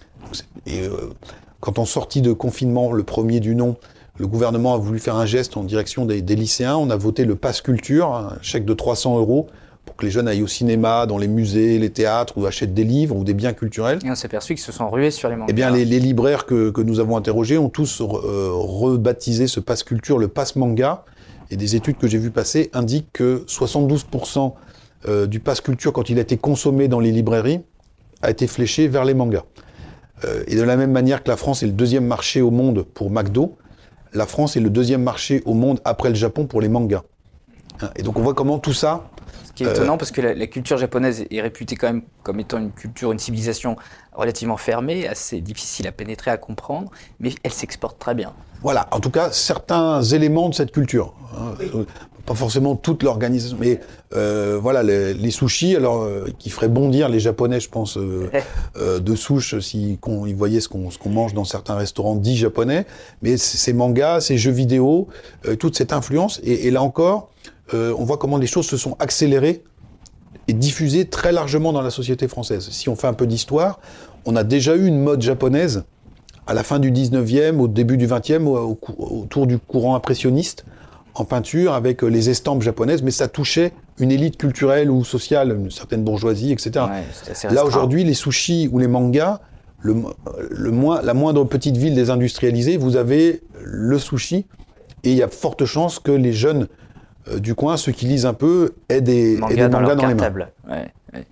Et euh, quand on sortit de confinement, le premier du nom, le gouvernement a voulu faire un geste en direction des, des lycéens. On a voté le Pass Culture, un chèque de trois cents euros, pour que les jeunes aillent au cinéma, dans les musées, les théâtres, ou achètent des livres ou des biens culturels. Et on s'est aperçu qu'ils se sont rués sur les mangas. Eh bien, les, les libraires que, que nous avons interrogés ont tous euh, rebaptisé ce Pass Culture le Pass Manga. Et des études que j'ai vues passer indiquent que soixante-douze pour cent euh, du Pass Culture, quand il a été consommé dans les librairies, a été fléché vers les mangas. Euh, et de la même manière que la France est le deuxième marché au monde pour McDo, la France est le deuxième marché au monde après le Japon pour les mangas. Hein, et donc on voit comment tout ça... Ce qui est étonnant, euh, parce que la, la culture japonaise est réputée quand même comme étant une culture, une civilisation relativement fermée, assez difficile à pénétrer, à comprendre, mais elle s'exporte très bien. Voilà, en tout cas, certains éléments de cette culture. Hein, oui. Pas forcément toute l'organisation, mais euh, voilà, les, les sushis, alors euh, qui feraient bondir les Japonais, je pense, euh, euh, de souche, s'ils si voyaient ce qu'on, ce qu'on mange dans certains restaurants dits japonais. Mais ces mangas, ces jeux vidéo, euh, toute cette influence, et, et là encore, euh, on voit comment les choses se sont accélérées et diffusées très largement dans la société française. Si on fait un peu d'histoire, on a déjà eu une mode japonaise à la fin du dix-neuvième, au début du vingtième, au, au, autour du courant impressionniste, en peinture, avec les estampes japonaises, mais ça touchait une élite culturelle ou sociale, une certaine bourgeoisie, et cetera. Ouais, là, aujourd'hui, les sushis ou les mangas, le, le moins, la moindre petite ville désindustrialisée, vous avez le sushi, et il y a forte chance que les jeunes euh, du coin, ceux qui lisent un peu, aient des, Manga aient des dans mangas dans les mains. Ouais, ouais.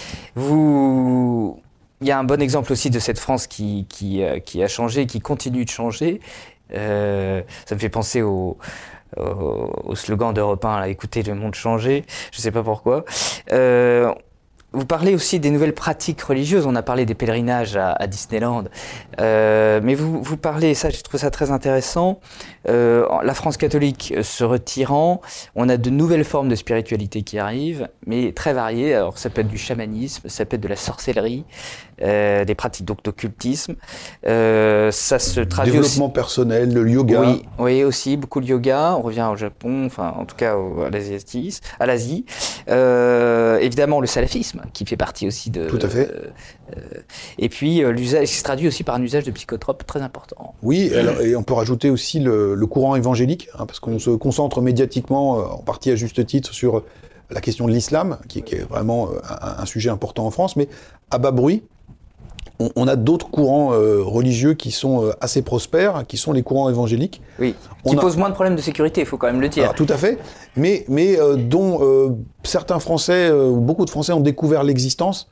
Vous... Il y a un bon exemple aussi de cette France qui, qui, euh, qui a changé, qui continue de changer. Euh, ça me fait penser au... Au, au slogan d'Europe un, là, écoutez le monde changer, je sais pas pourquoi. Euh, vous parlez aussi des nouvelles pratiques religieuses, on a parlé des pèlerinages à, à Disneyland, euh, mais vous, vous parlez, ça je trouve ça très intéressant, euh, la France catholique se retirant, on a de nouvelles formes de spiritualité qui arrivent, mais très variées, alors ça peut être du chamanisme, ça peut être de la sorcellerie, Euh, des pratiques donc d'occultisme. Euh, ça se traduit développement aussi... personnel, le yoga. Oui, oui, aussi beaucoup de yoga. On revient au Japon, enfin en tout cas au, à l'Asie. À l'Asie. Euh, évidemment le salafisme qui fait partie aussi de. Tout à fait. Euh, et puis euh, l'usage qui se traduit aussi par un usage de psychotropes très important. Oui, alors, et on peut rajouter aussi le, le courant évangélique, hein, parce qu'on se concentre médiatiquement, euh, en partie à juste titre, sur la question de l'islam, qui, qui est vraiment un, un sujet important en France, mais à bas bruit. on, on a d'autres courants euh, religieux qui sont euh, assez prospères, qui sont les courants évangéliques. Oui, qui on posent a... moins de problèmes de sécurité, il faut quand même le dire. Alors, tout à fait, mais, mais euh, dont euh, certains Français, euh, beaucoup de Français ont découvert l'existence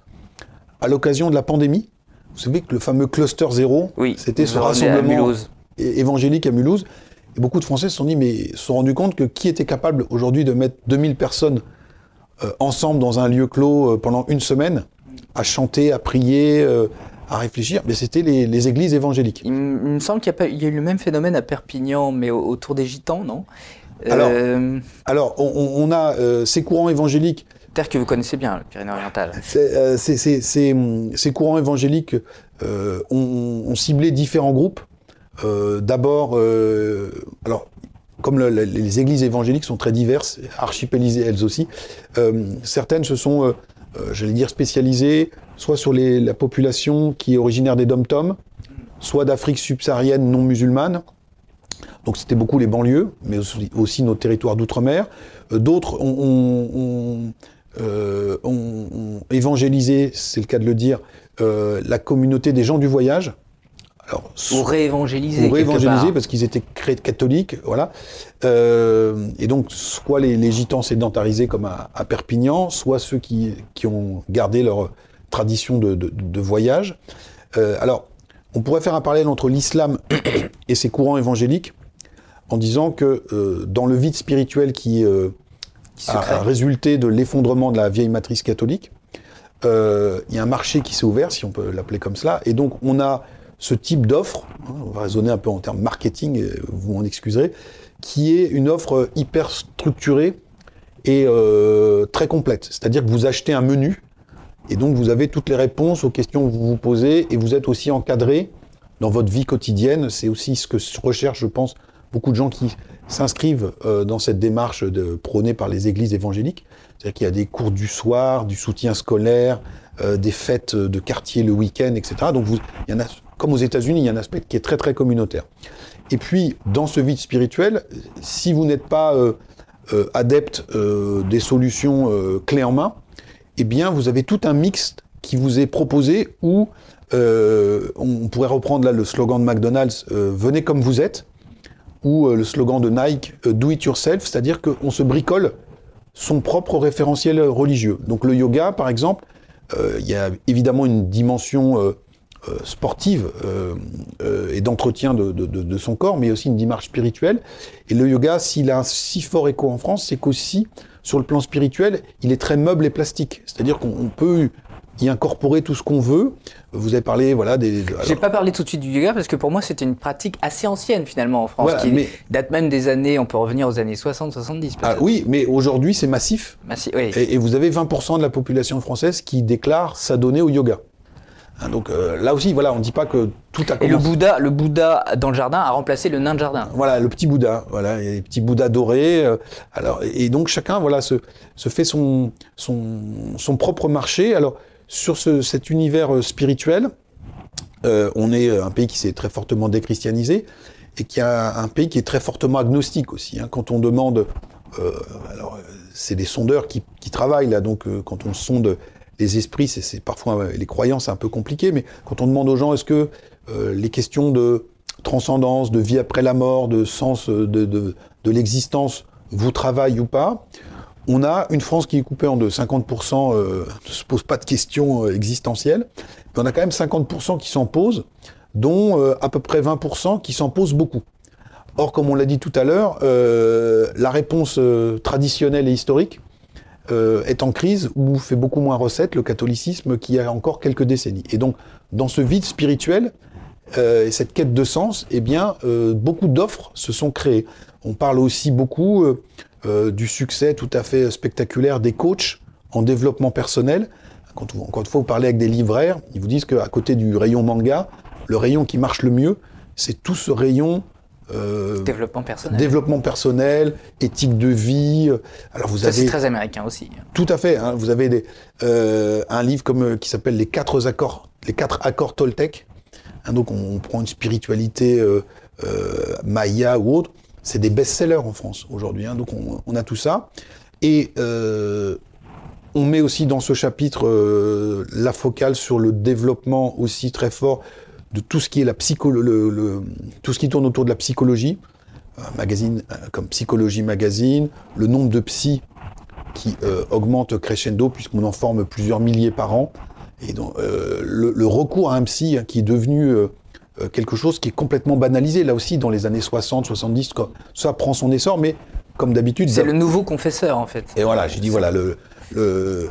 à l'occasion de la pandémie. Vous savez que le fameux cluster zéro, oui, c'était ce rassemblement évangélique à Mulhouse. Et beaucoup de Français se sont dit, mais se sont rendus compte que qui était capable aujourd'hui de mettre deux mille personnes euh, ensemble dans un lieu clos euh, pendant une semaine, à chanter, à prier, euh, à réfléchir, mais c'était les, les églises évangéliques. Il, m- il me semble qu'il y a, pas, il y a eu le même phénomène à Perpignan, mais au, autour des Gitans, non ? Alors, euh... alors on, on a euh, ces courants évangéliques. Terre que vous connaissez bien, le Pyrénées-Orientales. C'est, euh, c'est, c'est, c'est, ces courants évangéliques euh, ont, ont ciblé différents groupes. Euh, d'abord, euh, alors, comme le, le, les églises évangéliques sont très diverses, archipélisées elles aussi, euh, certaines se sont, euh, euh, j'allais dire, spécialisées soit sur les, la population qui est originaire des dom-toms, soit d'Afrique subsaharienne non musulmane. Donc c'était beaucoup les banlieues, mais aussi, aussi nos territoires d'outre-mer. Euh, d'autres ont, ont, ont Euh, ont, ont évangélisé, c'est le cas de le dire, euh, la communauté des gens du voyage. Alors, ou réévangélisé. Ou réévangélisé parce qu'ils étaient catholiques, voilà. Euh, et donc, soit les, les gitans sédentarisés comme à, à Perpignan, soit ceux qui, qui ont gardé leur tradition de, de, de voyage. Euh, alors, on pourrait faire un parallèle entre l'islam et ces courants évangéliques en disant que euh, dans le vide spirituel qui euh, a, a résulté de l'effondrement de la vieille matrice catholique, euh, il y a un marché qui s'est ouvert, si on peut l'appeler comme cela, et donc on a ce type d'offre, hein, on va raisonner un peu en termes marketing, vous m'en excuserez, qui est une offre hyper structurée et euh, très complète. C'est-à-dire que vous achetez un menu, et donc vous avez toutes les réponses aux questions que vous vous posez, et vous êtes aussi encadré dans votre vie quotidienne. C'est aussi ce que recherchent, je pense, beaucoup de gens qui s'inscrivent euh, dans cette démarche de, prônée par les églises évangéliques. C'est-à-dire qu'il y a des cours du soir, du soutien scolaire, euh, des fêtes de quartier le week-end, et cetera. Donc vous, il y en a, comme aux États-Unis, il y a un aspect qui est très très communautaire. Et puis, dans ce vide spirituel, si vous n'êtes pas euh, euh, adepte euh, des solutions euh, clés en main, eh bien, vous avez tout un mix qui vous est proposé où euh, on pourrait reprendre là le slogan de McDonald's euh, « Venez comme vous êtes », ou euh, le slogan de Nike euh, « Do it yourself », c'est-à-dire qu'on se bricole son propre référentiel religieux. Donc le yoga, par exemple, euh, il y a évidemment une dimension euh, euh, sportive euh, euh, et d'entretien de, de, de, de son corps, mais aussi une démarche spirituelle. Et le yoga, s'il a un si fort écho en France, c'est qu'aussi, sur le plan spirituel, il est très meuble et plastique. C'est-à-dire qu'on peut y incorporer tout ce qu'on veut. Vous avez parlé, voilà, des... Alors... J'ai pas parlé tout de suite du yoga parce que pour moi, c'était une pratique assez ancienne, finalement, en France, voilà, qui mais... date même des années, on peut revenir aux années soixante soixante-dix, peut-être. Ah, oui, mais aujourd'hui, c'est massif. Massi... Oui. Et, et vous avez vingt pour cent de la population française qui déclare s'adonner au yoga. Hein, donc euh, là aussi, voilà, on ne dit pas que tout a commencé. Et le Bouddha, le Bouddha dans le jardin a remplacé le nain de jardin. Voilà, le petit Bouddha, voilà, les petits Bouddhas dorés. Euh, alors, et donc chacun, voilà, se, se fait son, son, son propre marché. Alors, sur ce, cet univers spirituel, euh, on est un pays qui s'est très fortement déchristianisé et qui a un pays qui est très fortement agnostique aussi. Hein. Quand on demande, euh, alors c'est des sondeurs qui, qui travaillent là, donc euh, quand on sonde les esprits, c'est, c'est parfois les croyances, c'est un peu compliqué, mais quand on demande aux gens, est-ce que euh, les questions de transcendance, de vie après la mort, de sens de, de, de l'existence vous travaillent ou pas? On a une France qui est coupée en deux. cinquante pour cent euh, ne se posent pas de questions euh, existentielles. Mais on a quand même cinquante pour cent qui s'en posent, dont euh, à peu près vingt pour cent qui s'en posent beaucoup. Or, comme on l'a dit tout à l'heure, euh, la réponse euh, traditionnelle et historique euh, est en crise ou fait beaucoup moins recette le catholicisme qu'il y a encore quelques décennies. Et donc, dans ce vide spirituel euh, et cette quête de sens, eh bien, euh, beaucoup d'offres se sont créées. On parle aussi beaucoup... Euh, Euh, du succès tout à fait spectaculaire des coachs en développement personnel. Quand vous, encore une fois, vous parlez avec des livraires, ils vous disent qu'à côté du rayon manga, le rayon qui marche le mieux, c'est tout ce rayon euh, développement personnel, développement personnel, éthique de vie. Alors vous ça avez c'est très américain aussi. Tout à fait. Hein, vous avez des, euh, un livre comme qui s'appelle les quatre accords, les quatre accords Toltec. Hein, donc on, on prend une spiritualité euh, euh, maya ou autre. C'est des best-sellers en France aujourd'hui, hein, donc on, on a tout ça. Et euh, on met aussi dans ce chapitre euh, la focale sur le développement aussi très fort de tout ce qui est la psycho, le, le, tout ce qui tourne autour de la psychologie, euh, magazine euh, comme Psychologie Magazine, le nombre de psys qui euh, augmente crescendo puisqu'on en forme plusieurs milliers par an, et donc euh, le, le recours à un psy hein, qui est devenu euh, quelque chose qui est complètement banalisé là aussi dans les années soixante, soixante-dix, quand ça prend son essor, mais comme d'habitude... C'est le nouveau confesseur en fait. Et voilà, j'ai dit voilà le le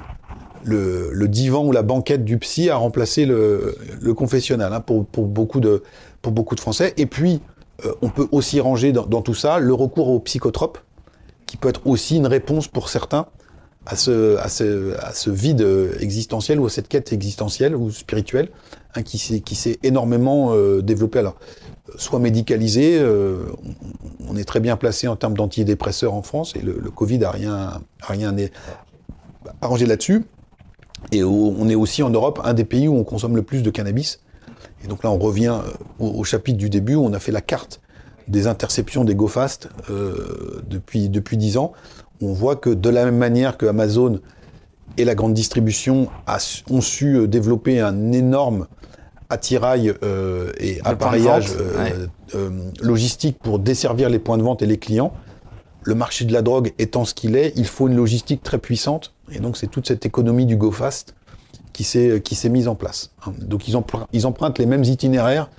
Le, le divan ou la banquette du psy a remplacé le, le confessionnal hein, pour, pour, beaucoup de, pour beaucoup de Français. Et puis, euh, on peut aussi ranger dans, dans tout ça le recours aux psychotropes, qui peut être aussi une réponse pour certains à ce, à ce, à ce vide existentiel ou à cette quête existentielle ou spirituelle hein, qui, s'est, qui s'est énormément euh, développée. Alors, soit médicalisé, euh, on, on est très bien placé en termes d'antidépresseurs en France et le, le Covid n'a rien, a rien arrangé là-dessus. Et on est aussi en Europe un des pays où on consomme le plus de cannabis. Et donc là, on revient au, au chapitre du début où on a fait la carte des interceptions des GoFast euh, depuis depuis dix ans. On voit que de la même manière que Amazon et la grande distribution a, ont su développer un énorme attirail euh, et appareillage euh, ouais. euh, logistique pour desservir les points de vente et les clients, le marché de la drogue étant ce qu'il est, il faut une logistique très puissante. Et donc, c'est toute cette économie du go fast qui s'est, qui s'est mise en place. Donc, ils, empr- ils empruntent les mêmes itinéraires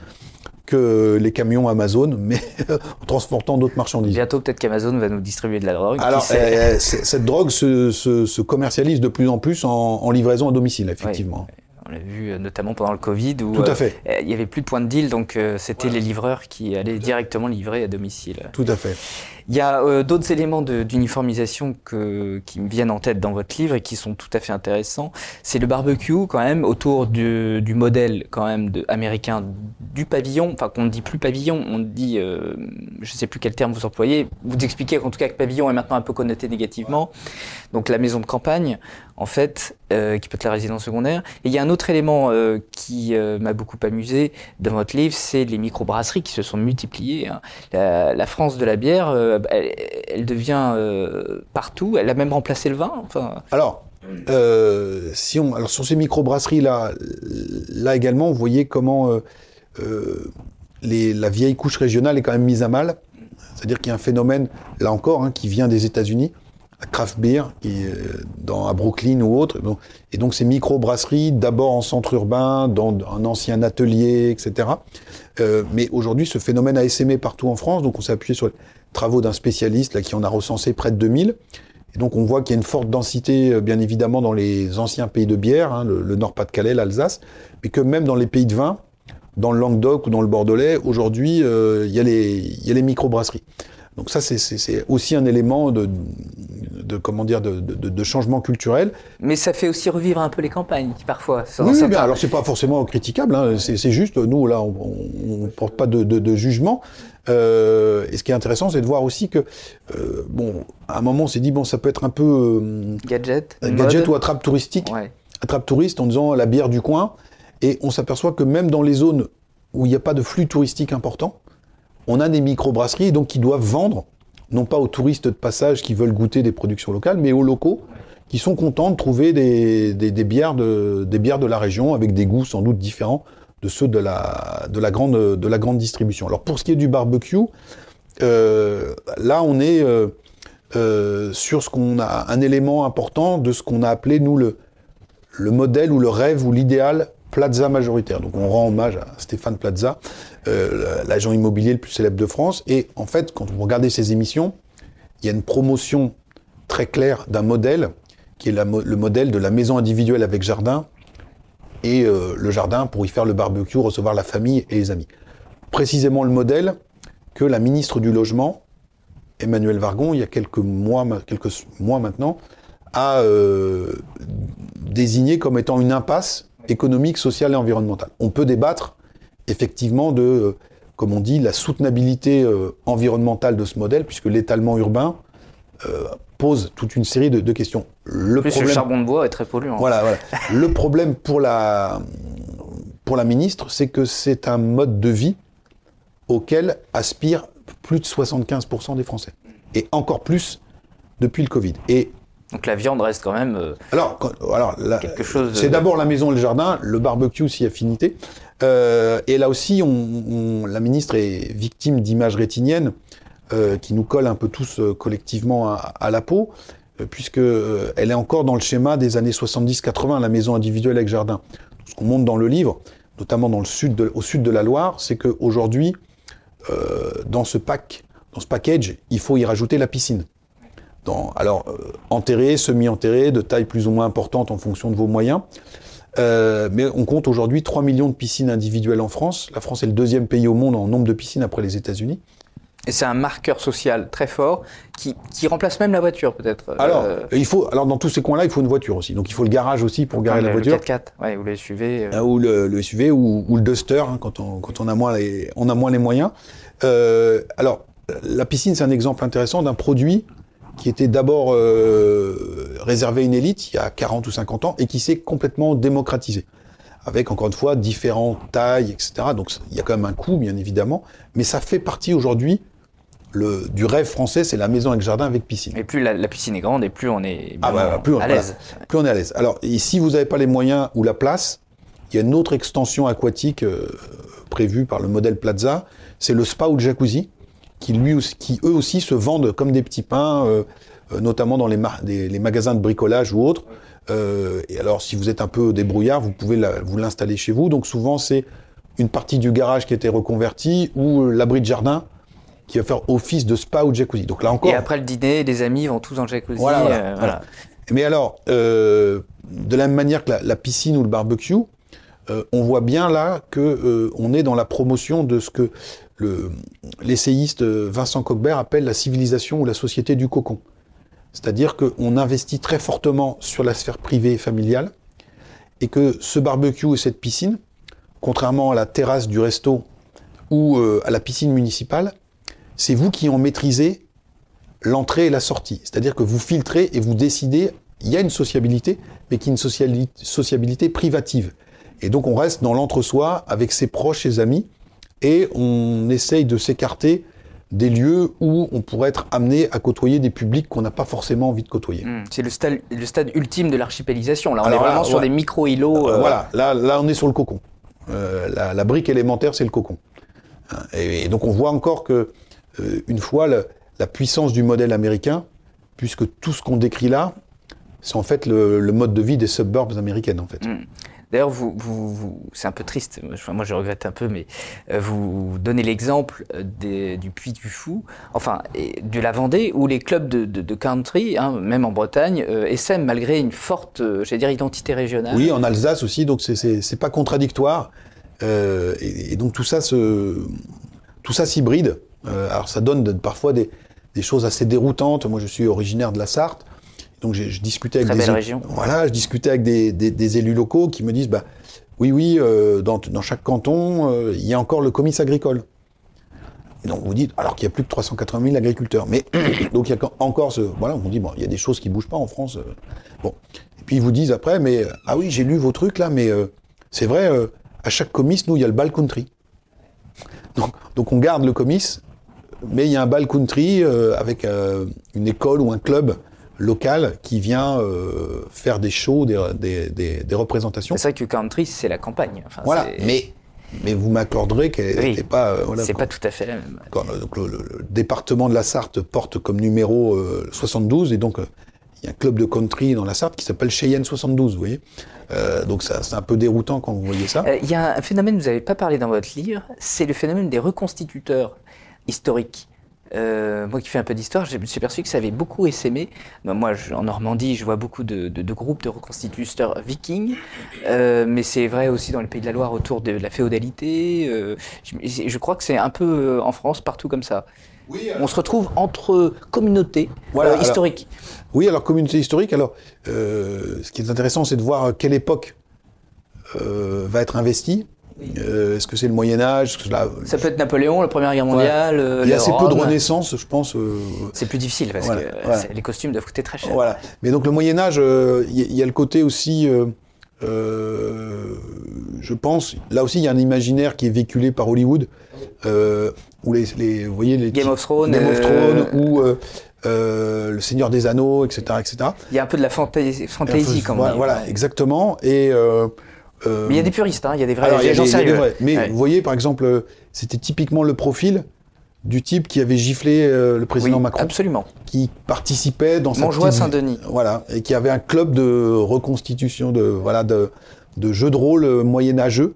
que les camions Amazon, mais en transportant d'autres marchandises. Bientôt, peut-être qu'Amazon va nous distribuer de la drogue. Alors, euh, cette drogue se, se, se commercialise de plus en plus en, en livraison à domicile, effectivement. Oui. On l'a vu notamment pendant le Covid où Tout à fait. Euh, il n'y avait plus de point de deal, donc euh, c'était ouais. les livreurs qui allaient directement livrer à domicile. Tout à fait. Il y a euh, d'autres éléments de, d'uniformisation que, qui me viennent en tête dans votre livre et qui sont tout à fait intéressants. C'est le barbecue quand même autour du, du modèle quand même de, américain du pavillon. Enfin, qu'on ne dit plus pavillon, on dit, euh, je ne sais plus quel terme vous employez. Vous expliquez qu'en tout cas que pavillon est maintenant un peu connoté négativement. Donc la maison de campagne, en fait, euh, qui peut être la résidence secondaire. Et il y a un autre élément euh, qui euh, m'a beaucoup amusé dans votre livre, c'est les microbrasseries qui se sont multipliées. Hein. La, la France de la bière, euh, elle, elle devient euh, partout. Elle a même remplacé le vin. Enfin. Alors, euh, si on, alors sur ces microbrasseries là, là également, vous voyez comment euh, euh, les, la vieille couche régionale est quand même mise à mal. C'est-à-dire qu'il y a un phénomène, là encore, hein, qui vient des États-Unis. La craft beer, qui est dans, à Brooklyn ou autre. Et donc, ces micro-brasseries, d'abord en centre urbain, dans un ancien atelier, et cetera. Euh, mais aujourd'hui, ce phénomène a essaimé partout en France. Donc, on s'est appuyé sur les travaux d'un spécialiste là, qui en a recensé près de deux mille. Et donc, on voit qu'il y a une forte densité, bien évidemment, dans les anciens pays de bière, hein, le, le Nord-Pas-de-Calais, l'Alsace, mais que même dans les pays de vin, dans le Languedoc ou dans le Bordelais, aujourd'hui, euh, il y a les, il y a les micro-brasseries. Donc ça, c'est, c'est, c'est aussi un élément de, de comment dire, de, de, de changement culturel. Mais ça fait aussi revivre un peu les campagnes, parfois. Oui, oui, bien, alors c'est pas forcément critiquable, hein, c'est, c'est juste, nous, là, on ne porte pas de, de, de jugement. Euh, et ce qui est intéressant, c'est de voir aussi que, euh, bon, à un moment, on s'est dit, bon, ça peut être un peu... Euh, gadget. Gadget ou attrape touristique. Ouais. Attrape touriste en disant la bière du coin. Et on s'aperçoit que même dans les zones où il n'y a pas de flux touristique important, on a des microbrasseries donc qui doivent vendre, non pas aux touristes de passage qui veulent goûter des productions locales, mais aux locaux qui sont contents de trouver des, des, des, bières, de, des bières de la région avec des goûts sans doute différents de ceux de la, de la, grande, de la grande distribution. Alors pour ce qui est du barbecue, euh, là on est euh, euh, sur ce qu'on a un élément important de ce qu'on a appelé nous le, le modèle ou le rêve ou l'idéal Plaza majoritaire. Donc on rend hommage à Stéphane Plaza, euh, l'agent immobilier le plus célèbre de France. Et en fait, quand vous regardez ces émissions, il y a une promotion très claire d'un modèle qui est la, le modèle de la maison individuelle avec jardin et euh, le jardin pour y faire le barbecue, recevoir la famille et les amis. Précisément le modèle que la ministre du Logement, Emmanuelle Wargon, il y a quelques mois, quelques mois maintenant, a euh, désigné comme étant une impasse économique, sociale et environnementale. On peut débattre effectivement de, euh, comme on dit, la soutenabilité euh, environnementale de ce modèle, puisque l'étalement urbain euh, pose toute une série de, de questions. Le, plus problème, le charbon de bois est très polluant. Voilà, voilà. Le problème pour la, pour la ministre, c'est que c'est un mode de vie auquel aspirent plus de soixante-quinze pour cent des Français. Et encore plus depuis le Covid. Et Donc la viande reste quand même euh, alors, quand, alors la, quelque chose... C'est de... d'abord la maison et le jardin, le barbecue si affinité. Euh, et là aussi, on, on, la ministre est victime d'images rétiniennes euh, qui nous collent un peu tous euh, collectivement à, à la peau, euh, puisque euh, elle est encore dans le schéma des années soixante-dix quatre-vingts, la maison individuelle avec jardin. Ce qu'on montre dans le livre, notamment dans le sud de, au sud de la Loire, c'est qu'aujourd'hui, euh, dans ce pack, dans ce package, il faut y rajouter la piscine. Dans, alors, euh, enterré, semi-enterré, de taille plus ou moins importante en fonction de vos moyens. Euh, mais on compte aujourd'hui trois millions de piscines individuelles en France. La France est le deuxième pays au monde en nombre de piscines après les États-Unis. Et c'est un marqueur social très fort qui, qui remplace même la voiture peut-être. Alors, euh... il faut, alors dans tous ces coins-là, il faut une voiture aussi. Donc il faut le garage aussi pour garer le, la voiture. Le quatre-quatre, ouais, ou le S U V. Euh... Ou le, le S U V ou, ou le Duster hein, quand, on, quand on, a moins les, on a moins les moyens. Euh, alors, la piscine, c'est un exemple intéressant d'un produit qui était d'abord euh, réservé à une élite il y a quarante ou cinquante ans et qui s'est complètement démocratisé. Avec, encore une fois, différentes tailles, et cetera. Donc, il y a quand même un coût, bien évidemment. Mais ça fait partie aujourd'hui le, du rêve français, c'est la maison avec jardin avec piscine. Et plus la, la piscine est grande et plus on est ah bah, plus on, à l'aise. Voilà, plus on est à l'aise. Alors, et si vous n'avez pas les moyens ou la place, il y a une autre extension aquatique euh, prévue par le modèle Plaza, c'est le spa ou le jacuzzi. Qui, lui aussi, qui eux aussi se vendent comme des petits pains, euh, euh, notamment dans les, mar- des, les magasins de bricolage ou autres. Euh, et alors, si vous êtes un peu débrouillard, vous pouvez la, vous l'installer chez vous. Donc souvent, c'est une partie du garage qui a été reconvertie ou euh, l'abri de jardin qui va faire office de spa ou de jacuzzi. Donc là encore. Et après le dîner, les amis vont tous dans le jacuzzi. Voilà. voilà, euh, voilà. voilà. Mais alors, euh, de la même manière que la, la piscine ou le barbecue, euh, on voit bien là que euh, on est dans la promotion de ce que Le, l'essayiste Vincent Cockbert appelle la civilisation ou la société du cocon. C'est-à-dire qu'on investit très fortement sur la sphère privée et familiale et que ce barbecue et cette piscine, contrairement à la terrasse du resto ou euh, à la piscine municipale, c'est vous qui en maîtrisez l'entrée et la sortie. C'est-à-dire que vous filtrez et vous décidez, il y a une sociabilité, mais qui est une sociabilité, sociabilité privative. Et donc on reste dans l'entre-soi avec ses proches, ses amis, et on essaye de s'écarter des lieux où on pourrait être amené à côtoyer des publics qu'on n'a pas forcément envie de côtoyer. Mmh, c'est le stade, le stade ultime de l'archipélisation. Là, on Alors est vraiment là, sur ouais. des micro-îlots. Euh, euh... Voilà, là, là on est sur le cocon. Euh, la, la brique élémentaire, c'est le cocon. Et, et donc on voit encore que, euh, une fois, le, la puissance du modèle américain, puisque tout ce qu'on décrit là, c'est en fait le, le mode de vie des suburbs américaines, en fait. Mmh. D'ailleurs, vous, vous, vous, c'est un peu triste, enfin, moi je regrette un peu, mais euh, vous donnez l'exemple des, du Puy du Fou, enfin, et de la Vendée, où les clubs de, de, de country, hein, même en Bretagne, euh, essaiment malgré une forte, euh, j'allais dire, identité régionale. Oui, en Alsace aussi, donc c'est, c'est, c'est pas contradictoire. Euh, et, et donc tout ça, se, tout ça s'hybride. Euh, alors ça donne de, parfois des, des choses assez déroutantes. Moi, je suis originaire de la Sarthe. Donc j'ai, je discutais avec Très des belle région. Voilà, je discutais avec des, des, des élus locaux qui me disent bah oui oui euh, dans, dans chaque canton euh, il y a encore le comice agricole. Et donc vous dites alors qu'il y a plus que trois cent quatre-vingt mille agriculteurs, mais donc il y a encore ce voilà on dit bon il y a des choses qui bougent pas en France. Euh, bon et puis ils vous disent après mais ah oui j'ai lu vos trucs là mais euh, c'est vrai euh, à chaque comice nous il y a le bal country. Donc donc on garde le comice mais il y a un bal country euh, avec euh, une école ou un club local qui vient euh, faire des shows, des, des, des, des représentations. C'est vrai que country, c'est la campagne. Enfin, voilà, c'est... mais, mais vous m'accorderez qu'elle oui, n'était pas... Euh, voilà, c'est quoi. pas tout à fait la même. Quand, donc, le, le, le département de la Sarthe porte comme numéro euh, soixante-douze, et donc il euh, y a un club de country dans la Sarthe qui s'appelle Cheyenne soixante-douze, vous voyez. Euh, donc ça, c'est un peu déroutant quand vous voyez ça. Il euh, y a un phénomène que vous n'avez pas parlé dans votre livre, c'est le phénomène des reconstituteurs historiques. Euh, moi qui fais un peu d'histoire, je me suis perçu que ça avait beaucoup essaimé. Moi, je, en Normandie, je vois beaucoup de, de, de groupes de reconstituteurs vikings, euh, mais c'est vrai aussi dans les Pays de la Loire autour de la féodalité. Euh, je, je crois que c'est un peu en France, partout comme ça. Oui, alors... On se retrouve entre communautés voilà, euh, historiques. Alors, oui, alors communauté historique. Alors, euh, ce qui est intéressant, c'est de voir quelle époque euh, va être investie. Euh, est-ce que c'est le Moyen-Âge ? Ça peut être Napoléon, la Première Guerre mondiale. Ouais. Euh, Il y a assez Rome. peu de Renaissance, je pense. Euh... C'est plus difficile parce voilà, que voilà. les costumes doivent coûter très cher. Voilà. Mais donc le Moyen-Âge, il euh, y, y a le côté aussi, euh, euh, je pense, là aussi il y a un imaginaire qui est véhiculé par Hollywood, euh, où les, les, vous voyez les Game of Thrones, Game of Thrones, euh... où euh, Le Seigneur des Anneaux, et cetera, et cetera. Il y a un peu de la fantasy, fantasy quand même. Voilà, exactement. Et euh, euh, mais il y a des puristes, hein, il y a des vrais alors, gens sérieux. Vrais. Mais ouais. Vous voyez, par exemple, c'était typiquement le profil du type qui avait giflé euh, le président oui, Macron. Absolument. Qui participait dans sa Montjoie Saint-Denis. Voilà, et qui avait un club de reconstitution, de, voilà, de, de jeux de rôle moyenâgeux.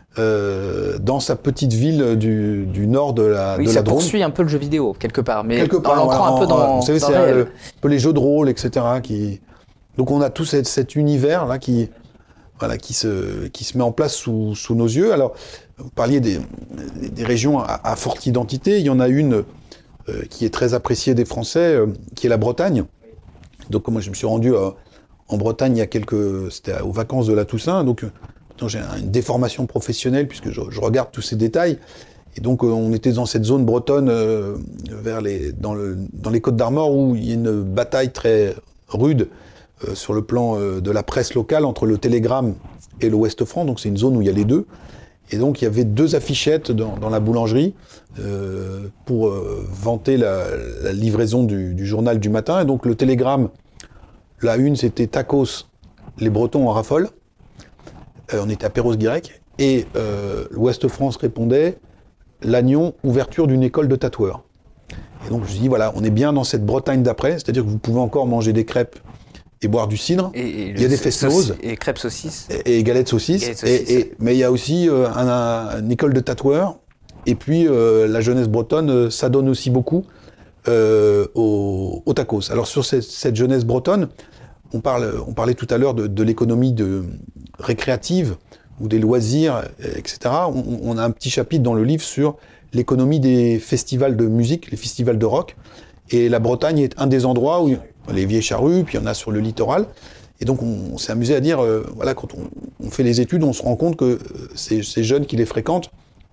Euh, dans sa petite ville du, du nord de la, oui, de ça la Drôme. poursuit un peu le jeu vidéo, quelque part, mais quelque part, en l'ancrant voilà, un peu dans, vous savez, dans c'est réel. un peu les jeux de rôle, et cetera. Qui... Donc on a tout cet, cet univers-là qui, voilà, qui, se, qui se met en place sous, sous nos yeux. Alors, vous parliez des, des régions à, à forte identité. Il y en a une euh, qui est très appréciée des Français, euh, qui est la Bretagne. Donc moi, je me suis rendu euh, en Bretagne il y a quelques... C'était aux vacances de la Toussaint, donc... J'ai une déformation professionnelle puisque je, je regarde tous ces détails. Et donc, euh, on était dans cette zone bretonne, euh, vers les, dans, le, dans les Côtes d'Armor, où il y a une bataille très rude euh, sur le plan euh, de la presse locale entre le Télégramme et l'Ouest Franc. Donc, c'est une zone où il y a les deux. Et donc, il y avait deux affichettes dans, dans la boulangerie euh, pour euh, vanter la, la livraison du, du journal du matin. Et donc, le Télégramme, la une, c'était tacos, les Bretons en raffolent. Euh, on était à Perros-Guirec, et euh, l'Ouest France répondait « Lannion, ouverture d'une école de tatoueurs ». Et donc je me suis dit, voilà, on est bien dans cette Bretagne d'après, c'est-à-dire que vous pouvez encore manger des crêpes et boire du cidre. Et, et il y a des fest-noz. Et crêpes saucisses. Et, et galettes saucisses. Galettes saucisses. Et, et, mais il y a aussi euh, un, un, une école de tatoueurs, et puis euh, la jeunesse bretonne euh, s'adonne aussi beaucoup euh, au, au tacos. Alors sur cette, cette jeunesse bretonne, on, parle, on parlait tout à l'heure de, de l'économie de... récréative ou des loisirs, et cetera. On, on a un petit chapitre dans le livre sur l'économie des festivals de musique, les festivals de rock. Et la Bretagne est un des endroits où les Vieilles Charrues, puis il y en a sur le littoral. Et donc on, on s'est amusé à dire, euh, voilà, quand on, on fait les études, on se rend compte que euh, ces, ces jeunes qui les fréquentent,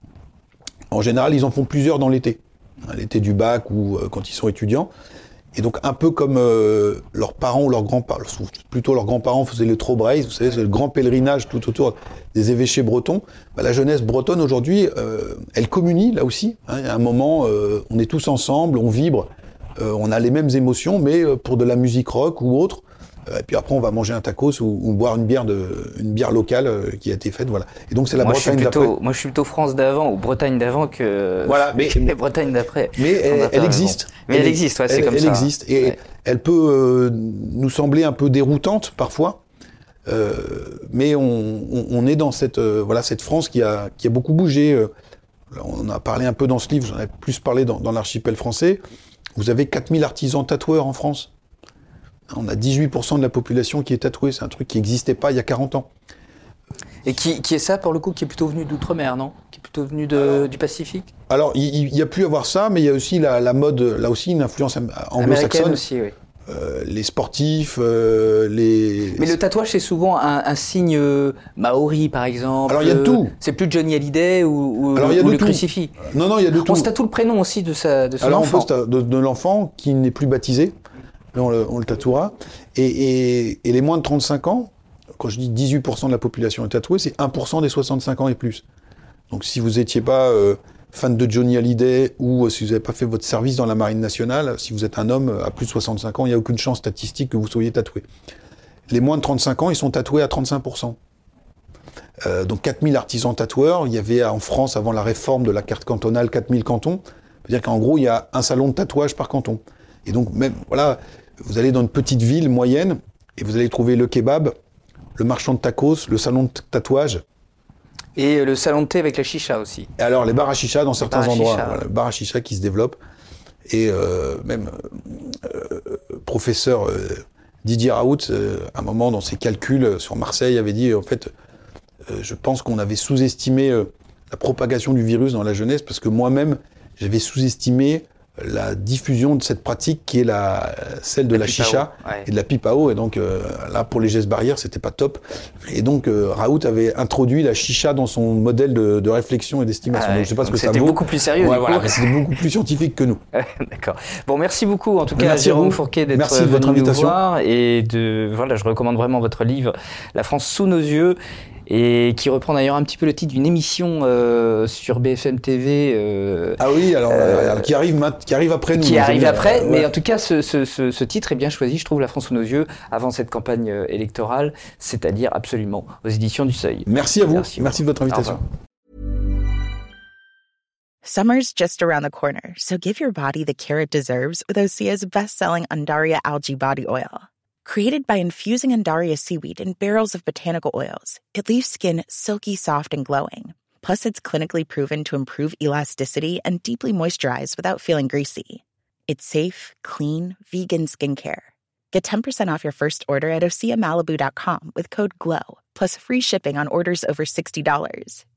en général, ils en font plusieurs dans l'été. L'été du bac ou euh, quand ils sont étudiants. Et donc, un peu comme euh, leurs parents ou leurs grands-parents, plutôt leurs grands-parents faisaient le Trobraise, vous savez, c'est le grand pèlerinage tout autour des évêchés bretons. Bah, la jeunesse bretonne, aujourd'hui, euh, elle communie, là aussi. Hein, il y a un moment, euh, on est tous ensemble, on vibre, euh, on a les mêmes émotions, mais pour de la musique rock ou autre. Euh, et puis après, on va manger un tacos ou, ou boire une bière, de, une bière locale euh, qui a été faite. Voilà. Et donc, c'est la moi, Bretagne plutôt, d'après. Moi, je suis plutôt France d'avant ou Bretagne d'avant que voilà, mais, les Bretagne d'après. Mais elle, elle existe. Mais elle, elle existe, ouais, c'est elle, comme elle ça. Elle existe. Et ouais. Elle peut euh, nous sembler un peu déroutante parfois. Euh, mais on, on, on est dans cette, euh, voilà, cette France qui a, qui a beaucoup bougé. Euh, on en a parlé un peu dans ce livre, j'en ai plus parlé dans, dans l'archipel français. Vous avez quatre mille artisans tatoueurs en France. On a dix-huit pour cent de la population qui est tatouée. C'est un truc qui n'existait pas il y a quarante ans. Et qui, qui est ça, pour le coup, qui est plutôt venu d'outre-mer, non? Qui est plutôt venu de, alors, du Pacifique? Alors, il, il y a pu avoir ça, mais il y a aussi la, la mode, là aussi, une influence anglo-saxonne. Aussi, oui. Euh, les sportifs, euh, les... Mais le tatouage, c'est souvent un, un signe euh, maori, par exemple. Alors, il y a de tout. C'est plus Johnny Hallyday ou, ou, Alors, il y a ou de le tout. crucifix. Non, non, il y a de tout. On se tatoue le prénom aussi de, sa, de son Alors, enfant. Alors, on pose de, de l'enfant qui n'est plus baptisé. On le, on le tatouera. Et, et, et les moins de trente-cinq ans, quand je dis dix-huit pour cent de la population est tatouée, c'est un pour cent des soixante-cinq ans et plus. Donc si vous n'étiez pas euh, fan de Johnny Hallyday ou euh, si vous n'avez pas fait votre service dans la Marine nationale, si vous êtes un homme à plus de soixante-cinq ans, il n'y a aucune chance statistique que vous soyez tatoué. Les moins de trente-cinq ans, ils sont tatoués à trente-cinq pour cent. Euh, donc quatre mille artisans tatoueurs. Il y avait en France, avant la réforme de la carte cantonale, quatre mille cantons. C'est-à-dire qu'en gros, il y a un salon de tatouage par canton. Et donc même, voilà... Vous allez dans une petite ville moyenne et vous allez trouver le kebab, le marchand de tacos, le salon de tatouage. Et le salon de thé avec la chicha aussi. Et alors les bars à chicha dans certains endroits. Chicha. Voilà, le bar à chicha qui se développe. Et euh, même euh, professeur euh, Didier Raoult, euh, à un moment dans ses calculs sur Marseille, avait dit en fait, euh, je pense qu'on avait sous-estimé euh, la propagation du virus dans la jeunesse parce que moi-même, j'avais sous-estimé la diffusion de cette pratique qui est la, celle de la, la chicha ouais. et de la pipe à eau. Et donc euh, là, pour les gestes barrières, c'était pas top. Et donc euh, Raoult avait introduit la chicha dans son modèle de, de réflexion et d'estimation. Ah ouais. Donc je sais pas donc ce que ça vaut. C'était beaucoup plus sérieux. Ouais, du voilà, coup. C'était beaucoup plus scientifique que nous. D'accord. Bon, merci beaucoup en tout cas, merci Jérôme Fourquet, d'être merci de venu votre nous invitation. voir. Et de, voilà, je recommande vraiment votre livre, La France sous nos yeux. et qui reprend d'ailleurs un petit peu le titre d'une émission euh, sur B F M T V. Euh, ah oui, alors euh, qui arrive qui arrive après nous. Qui arrive après, euh, mais ouais. en tout cas, ce, ce, ce, ce titre est bien choisi, je trouve, La France sous nos yeux, avant cette campagne euh, électorale, c'est-à-dire absolument aux éditions du Seuil. Merci à vous, merci, merci de votre invitation. Summer's just around the corner, so give your body the care it deserves with Osea's best-selling Undaria Algae Body Oil. Created by infusing Undaria seaweed in barrels of botanical oils, it leaves skin silky soft and glowing. Plus, it's clinically proven to improve elasticity and deeply moisturize without feeling greasy. It's safe, clean, vegan skincare. Get ten percent off your first order at osea malibu dot com with code GLOW, plus free shipping on orders over sixty dollars.